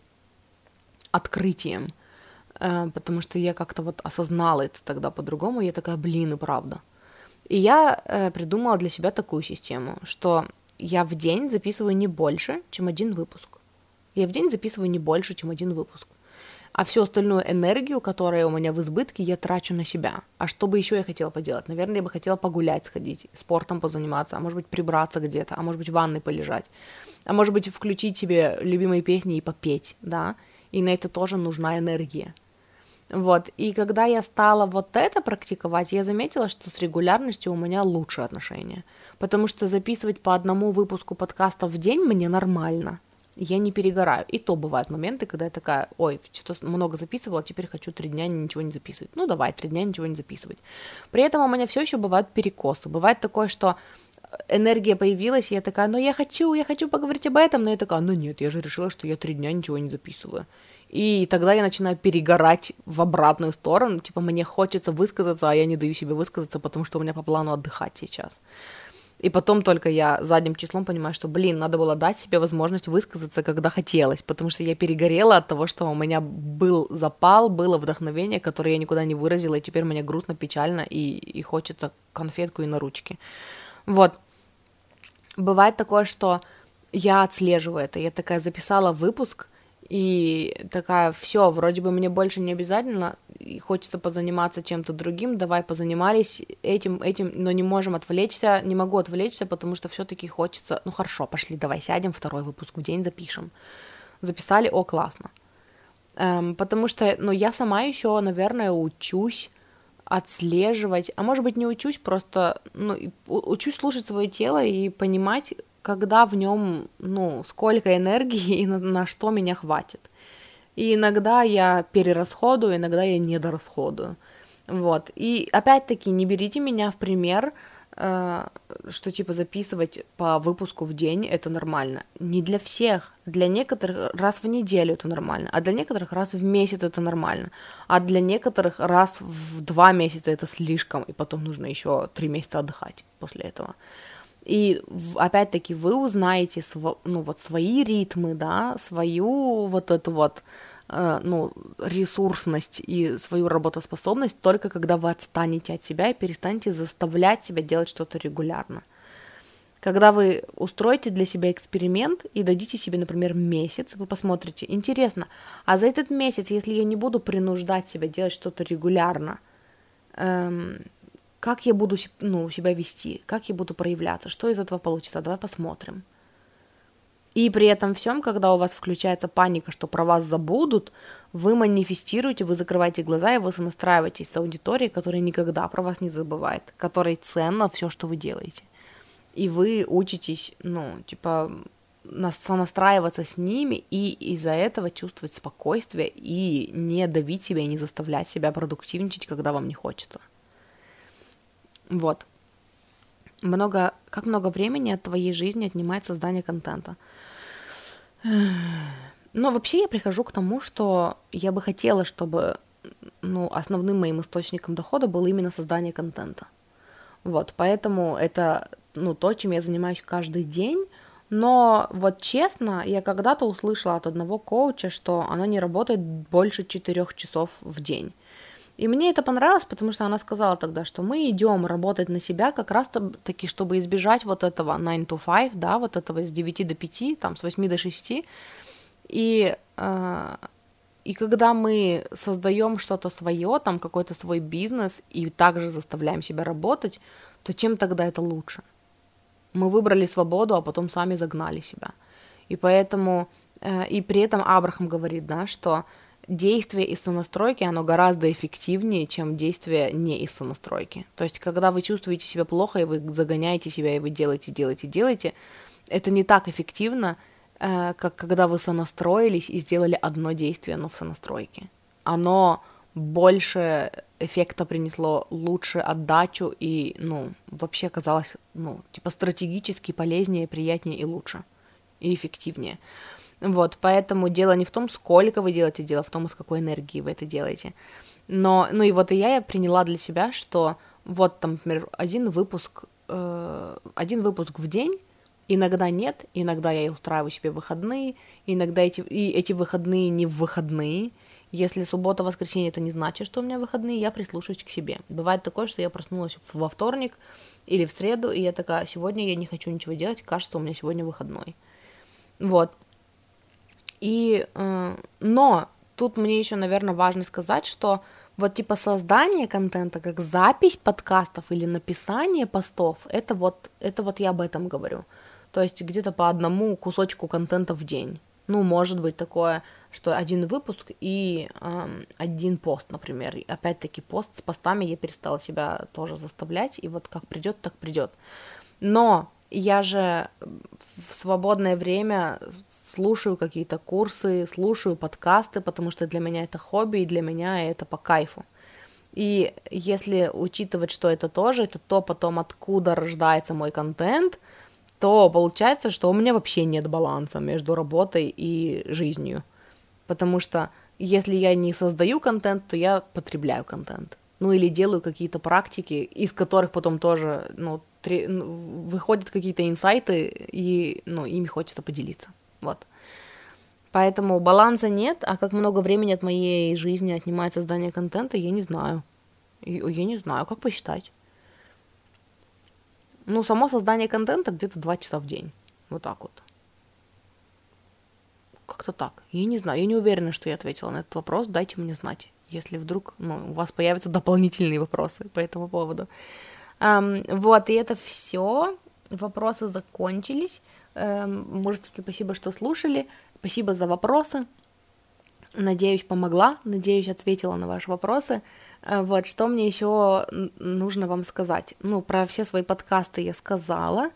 открытием, потому что я как-то вот осознала это тогда по-другому, и я такая, и правда. И я придумала для себя такую систему, что я в день записываю не больше, чем один выпуск. Я в день записываю не больше, чем один выпуск. А всю остальную энергию, которая у меня в избытке, я трачу на себя. А что бы еще я хотела поделать? Наверное, я бы хотела погулять, сходить, спортом позаниматься, а может быть, прибраться где-то, а может быть, в ванной полежать, а может быть, включить себе любимые песни и попеть, да? И на это тоже нужна энергия. Вот, и когда я стала вот это практиковать, я заметила, что с регулярностью у меня лучше отношения, потому что записывать по одному выпуску подкаста в день мне нормально, я не перегораю. И то бывают моменты, когда я такая, ой, что-то много записывала, теперь хочу 3 дня ничего не записывать. Давай, 3 дня ничего не записывать. При этом у меня все еще бывают перекосы. Бывает такое, что энергия появилась, и я такая, я хочу поговорить об этом, но я такая, нет, я же решила, что я 3 дня ничего не записываю. И тогда я начинаю перегорать в обратную сторону, типа мне хочется высказаться, а я не даю себе высказаться, потому что у меня по плану отдыхать сейчас. И потом только я задним числом понимаю, что, надо было дать себе возможность высказаться, когда хотелось, потому что я перегорела от того, что у меня был запал, было вдохновение, которое я никуда не выразила, и теперь мне грустно, печально, и хочется конфетку и на ручки. Вот. Бывает такое, что я отслеживаю это, я такая записала выпуск, и такая, все, вроде бы мне больше не обязательно, и хочется позаниматься чем-то другим, давай позанимались этим, но не могу отвлечься, потому что все-таки хочется, хорошо, пошли, давай сядем, 2 выпуск в день запишем. Записали, классно. Потому что, я сама еще, наверное, учусь отслеживать, а может быть не учусь, просто, учусь слушать свое тело и понимать, когда в нем, сколько энергии и на что меня хватит. И иногда я перерасходую, иногда я недорасходую. Вот. И опять-таки не берите меня в пример, что типа записывать по выпуску в день это нормально. Не для всех. Для некоторых раз в неделю это нормально, а для некоторых раз в месяц это нормально, а для некоторых раз в 2 месяца это слишком, и потом нужно еще 3 месяца отдыхать после этого. И опять-таки вы узнаете свои ритмы, да, свою вот эту вот ресурсность и свою работоспособность только когда вы отстанете от себя и перестанете заставлять себя делать что-то регулярно. Когда вы устроите для себя эксперимент и дадите себе, например, месяц, вы посмотрите, интересно, а за этот месяц, если я не буду принуждать себя делать что-то регулярно, как я буду себя вести, как я буду проявляться, что из этого получится, давай посмотрим. И при этом всем, когда у вас включается паника, что про вас забудут, вы манифестируете, вы закрываете глаза, и вы сонастраиваетесь с аудиторией, которая никогда про вас не забывает, которой ценно все, что вы делаете. И вы учитесь, сонастраиваться с ними, и из-за этого чувствовать спокойствие, и не давить себя, и не заставлять себя продуктивничать, когда вам не хочется. Вот. Как много времени от твоей жизни отнимает создание контента? Но вообще я прихожу к тому, что я бы хотела, чтобы основным моим источником дохода было именно создание контента. Вот, поэтому это то, чем я занимаюсь каждый день. Но вот честно, я когда-то услышала от одного коуча, что она не работает больше 4 часов в день. И мне это понравилось, потому что она сказала тогда, что мы идем работать на себя как раз-таки, чтобы избежать вот этого 9 to 5, да, вот этого с 9 до 5, там, с 8 до 6. И когда мы создаем что-то свое, там, какой-то свой бизнес, и также заставляем себя работать, то чем тогда это лучше? Мы выбрали свободу, а потом сами загнали себя. И поэтому, и при этом Абрахам говорит, да, что действие из сонастройки, оно гораздо эффективнее, чем действие не из сонастройки. То есть, когда вы чувствуете себя плохо, и вы загоняете себя, и вы делаете, это не так эффективно, как когда вы сонастроились и сделали одно действие, но в сонастройке. Оно больше эффекта принесло, лучше отдачу и, вообще оказалось, стратегически полезнее, приятнее и лучше, и эффективнее. Вот, поэтому дело не в том, сколько вы делаете, дело в том, с какой энергией вы это делаете. Но, и я приняла для себя, что вот там, например, один выпуск в день, иногда нет, иногда я устраиваю себе выходные, иногда эти выходные не в выходные. Если суббота, воскресенье, это не значит, что у меня выходные, я прислушаюсь к себе. Бывает такое, что я проснулась во вторник или в среду, и я такая, сегодня я не хочу ничего делать, кажется, у меня сегодня выходной. Вот. Но тут мне еще, наверное, важно сказать, что вот создание контента, как запись подкастов или написание постов, это вот я об этом говорю. То есть где-то по одному кусочку контента в день. Может быть такое, что один выпуск и один пост, например. И опять-таки с постами я перестала себя тоже заставлять, и вот как придет, так придет. Но я же в свободное время слушаю какие-то курсы, слушаю подкасты, потому что для меня это хобби, и для меня это по кайфу. И если учитывать, что это тоже, это то потом, откуда рождается мой контент, то получается, что у меня вообще нет баланса между работой и жизнью. Потому что если я не создаю контент, то я потребляю контент. Или делаю какие-то практики, из которых потом тоже, выходят какие-то инсайты, и, ими хочется поделиться. Вот. Поэтому баланса нет, а как много времени от моей жизни отнимает создание контента, я не знаю. Я не знаю, как посчитать. Само создание контента где-то 2 часа в день. Вот так вот. Как-то так. Я не знаю, я не уверена, что я ответила на этот вопрос. Дайте мне знать, если вдруг у вас появятся дополнительные вопросы по этому поводу. Вот, и это все. Вопросы закончились. Мужики, спасибо, что слушали. Спасибо за вопросы. Надеюсь, помогла. Надеюсь, ответила на ваши вопросы. Вот, что мне еще нужно вам сказать? Про все свои подкасты я сказала.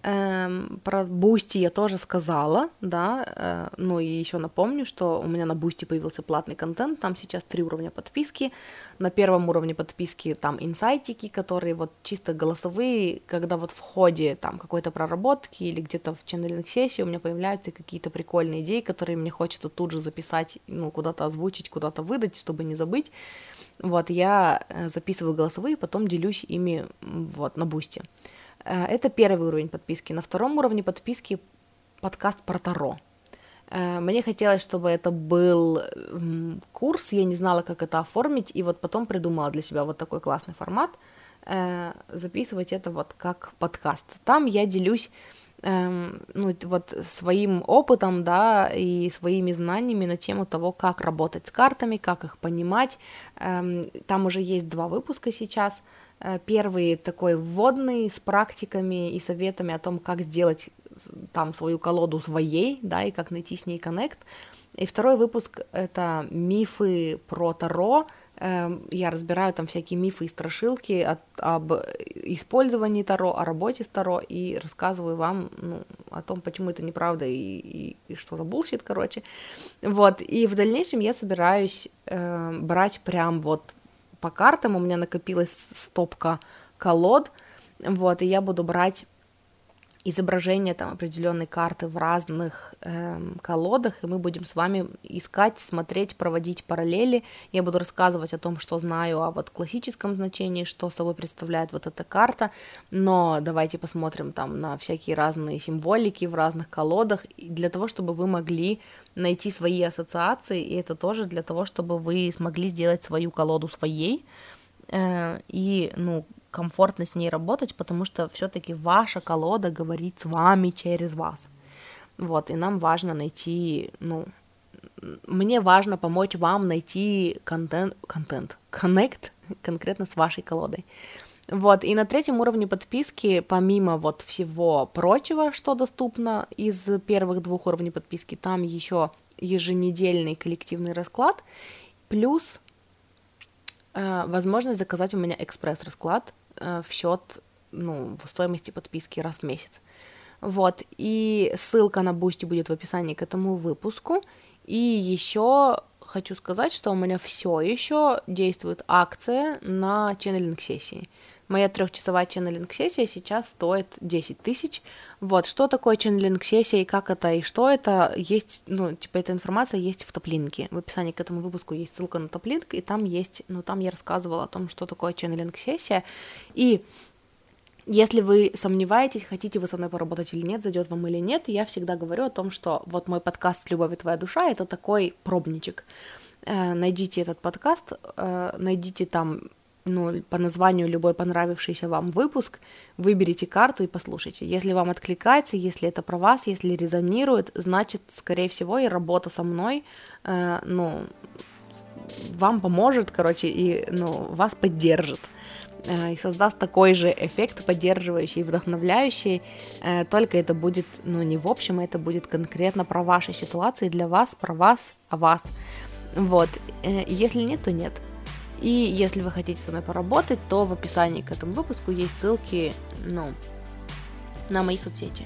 Про Boosty я тоже сказала, да, ну и еще напомню, что у меня на Boosty появился платный контент, там сейчас 3 уровня подписки, на первом уровне подписки там инсайтики, которые вот чисто голосовые, когда вот в ходе там какой-то проработки или где-то в ченнелинг-сессии у меня появляются какие-то прикольные идеи, которые мне хочется тут же записать, ну, куда-то озвучить, куда-то выдать, чтобы не забыть, вот, я записываю голосовые, потом делюсь ими вот на Boosty. Это первый уровень подписки. На втором уровне подписки подкаст про Таро. Мне хотелось, чтобы это был курс, я не знала, как это оформить, и вот потом придумала для себя вот такой классный формат, записывать это вот как подкаст. Там я делюсь ну, вот своим опытом, да, и своими знаниями на тему того, как работать с картами, как их понимать. Там уже есть 2 выпуска сейчас. Первый такой вводный с практиками и советами о том, как сделать там свою колоду своей, да, и как найти с ней коннект. И второй выпуск — это мифы про Таро. Я разбираю там всякие мифы и страшилки об использовании Таро, о работе с Таро, и рассказываю вам, ну, о том, почему это неправда и что за булшит, короче. Вот, и в дальнейшем я собираюсь брать прям вот по картам, у меня накопилась стопка колод, вот, и я буду брать изображение там определенной карты в разных колодах, и мы будем с вами искать, смотреть, проводить параллели. Я буду рассказывать о том, что знаю о вот классическом значении, что собой представляет вот эта карта, но давайте посмотрим там на всякие разные символики в разных колодах, для того, чтобы вы могли найти свои ассоциации, и это тоже для того, чтобы вы смогли сделать свою колоду своей, и, ну, комфортно с ней работать, потому что все-таки ваша колода говорит с вами через вас. Вот, и нам важно найти, ну, мне важно помочь вам найти коннект конкретно с вашей колодой. Вот, и на 3-м уровне подписки, помимо вот всего прочего, что доступно из первых 2 уровней подписки, там еще еженедельный коллективный расклад, плюс возможность заказать у меня экспресс-расклад в счет, ну, в стоимости подписки раз в месяц. Вот, и ссылка на Boosty будет в описании к этому выпуску. И еще хочу сказать, что у меня все еще действует акция на ченнелинг-сессии. Моя 3-часовая ченнелинг-сессия сейчас стоит 10 тысяч. Вот, что такое ченнелинг-сессия и как это, и что это, есть, ну, типа, эта информация есть в топ-линке. В описании к этому выпуску есть ссылка на топ-линк, и там есть, ну, там я рассказывала о том, что такое ченнелинг-сессия. И если вы сомневаетесь, хотите вы со мной поработать или нет, зайдет вам или нет, я всегда говорю о том, что вот мой подкаст «Любовь и твоя душа» — это такой пробничек. Найдите этот подкаст, найдите там, ну, по названию любой понравившийся вам выпуск, выберите карту и послушайте. Если вам откликается, если это про вас, если резонирует, значит, скорее всего, и работа со мной, ну, вам поможет, короче, и, ну, вас поддержит. И создаст такой же эффект поддерживающий, вдохновляющий, только это будет, ну, не в общем, это будет конкретно про ваши ситуации, для вас, про вас, о вас. Вот, если нет, то нет. И если вы хотите со мной поработать, то в описании к этому выпуску есть ссылки, ну, на мои соцсети.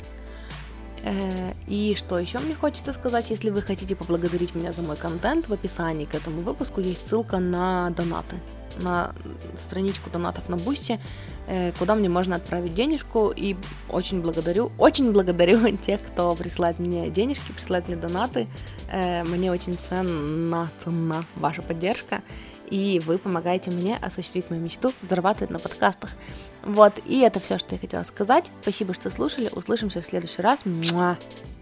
И что еще мне хочется сказать, если вы хотите поблагодарить меня за мой контент, в описании к этому выпуску есть ссылка на донаты, на страничку донатов на Boosty, куда мне можно отправить денежку, и очень благодарю тех, кто присылает мне денежки, присылает мне донаты, мне очень ценна ваша поддержка, и вы помогаете мне осуществить мою мечту, зарабатывать на подкастах. Вот, и это все, что я хотела сказать. Спасибо, что слушали, услышимся в следующий раз. Муа!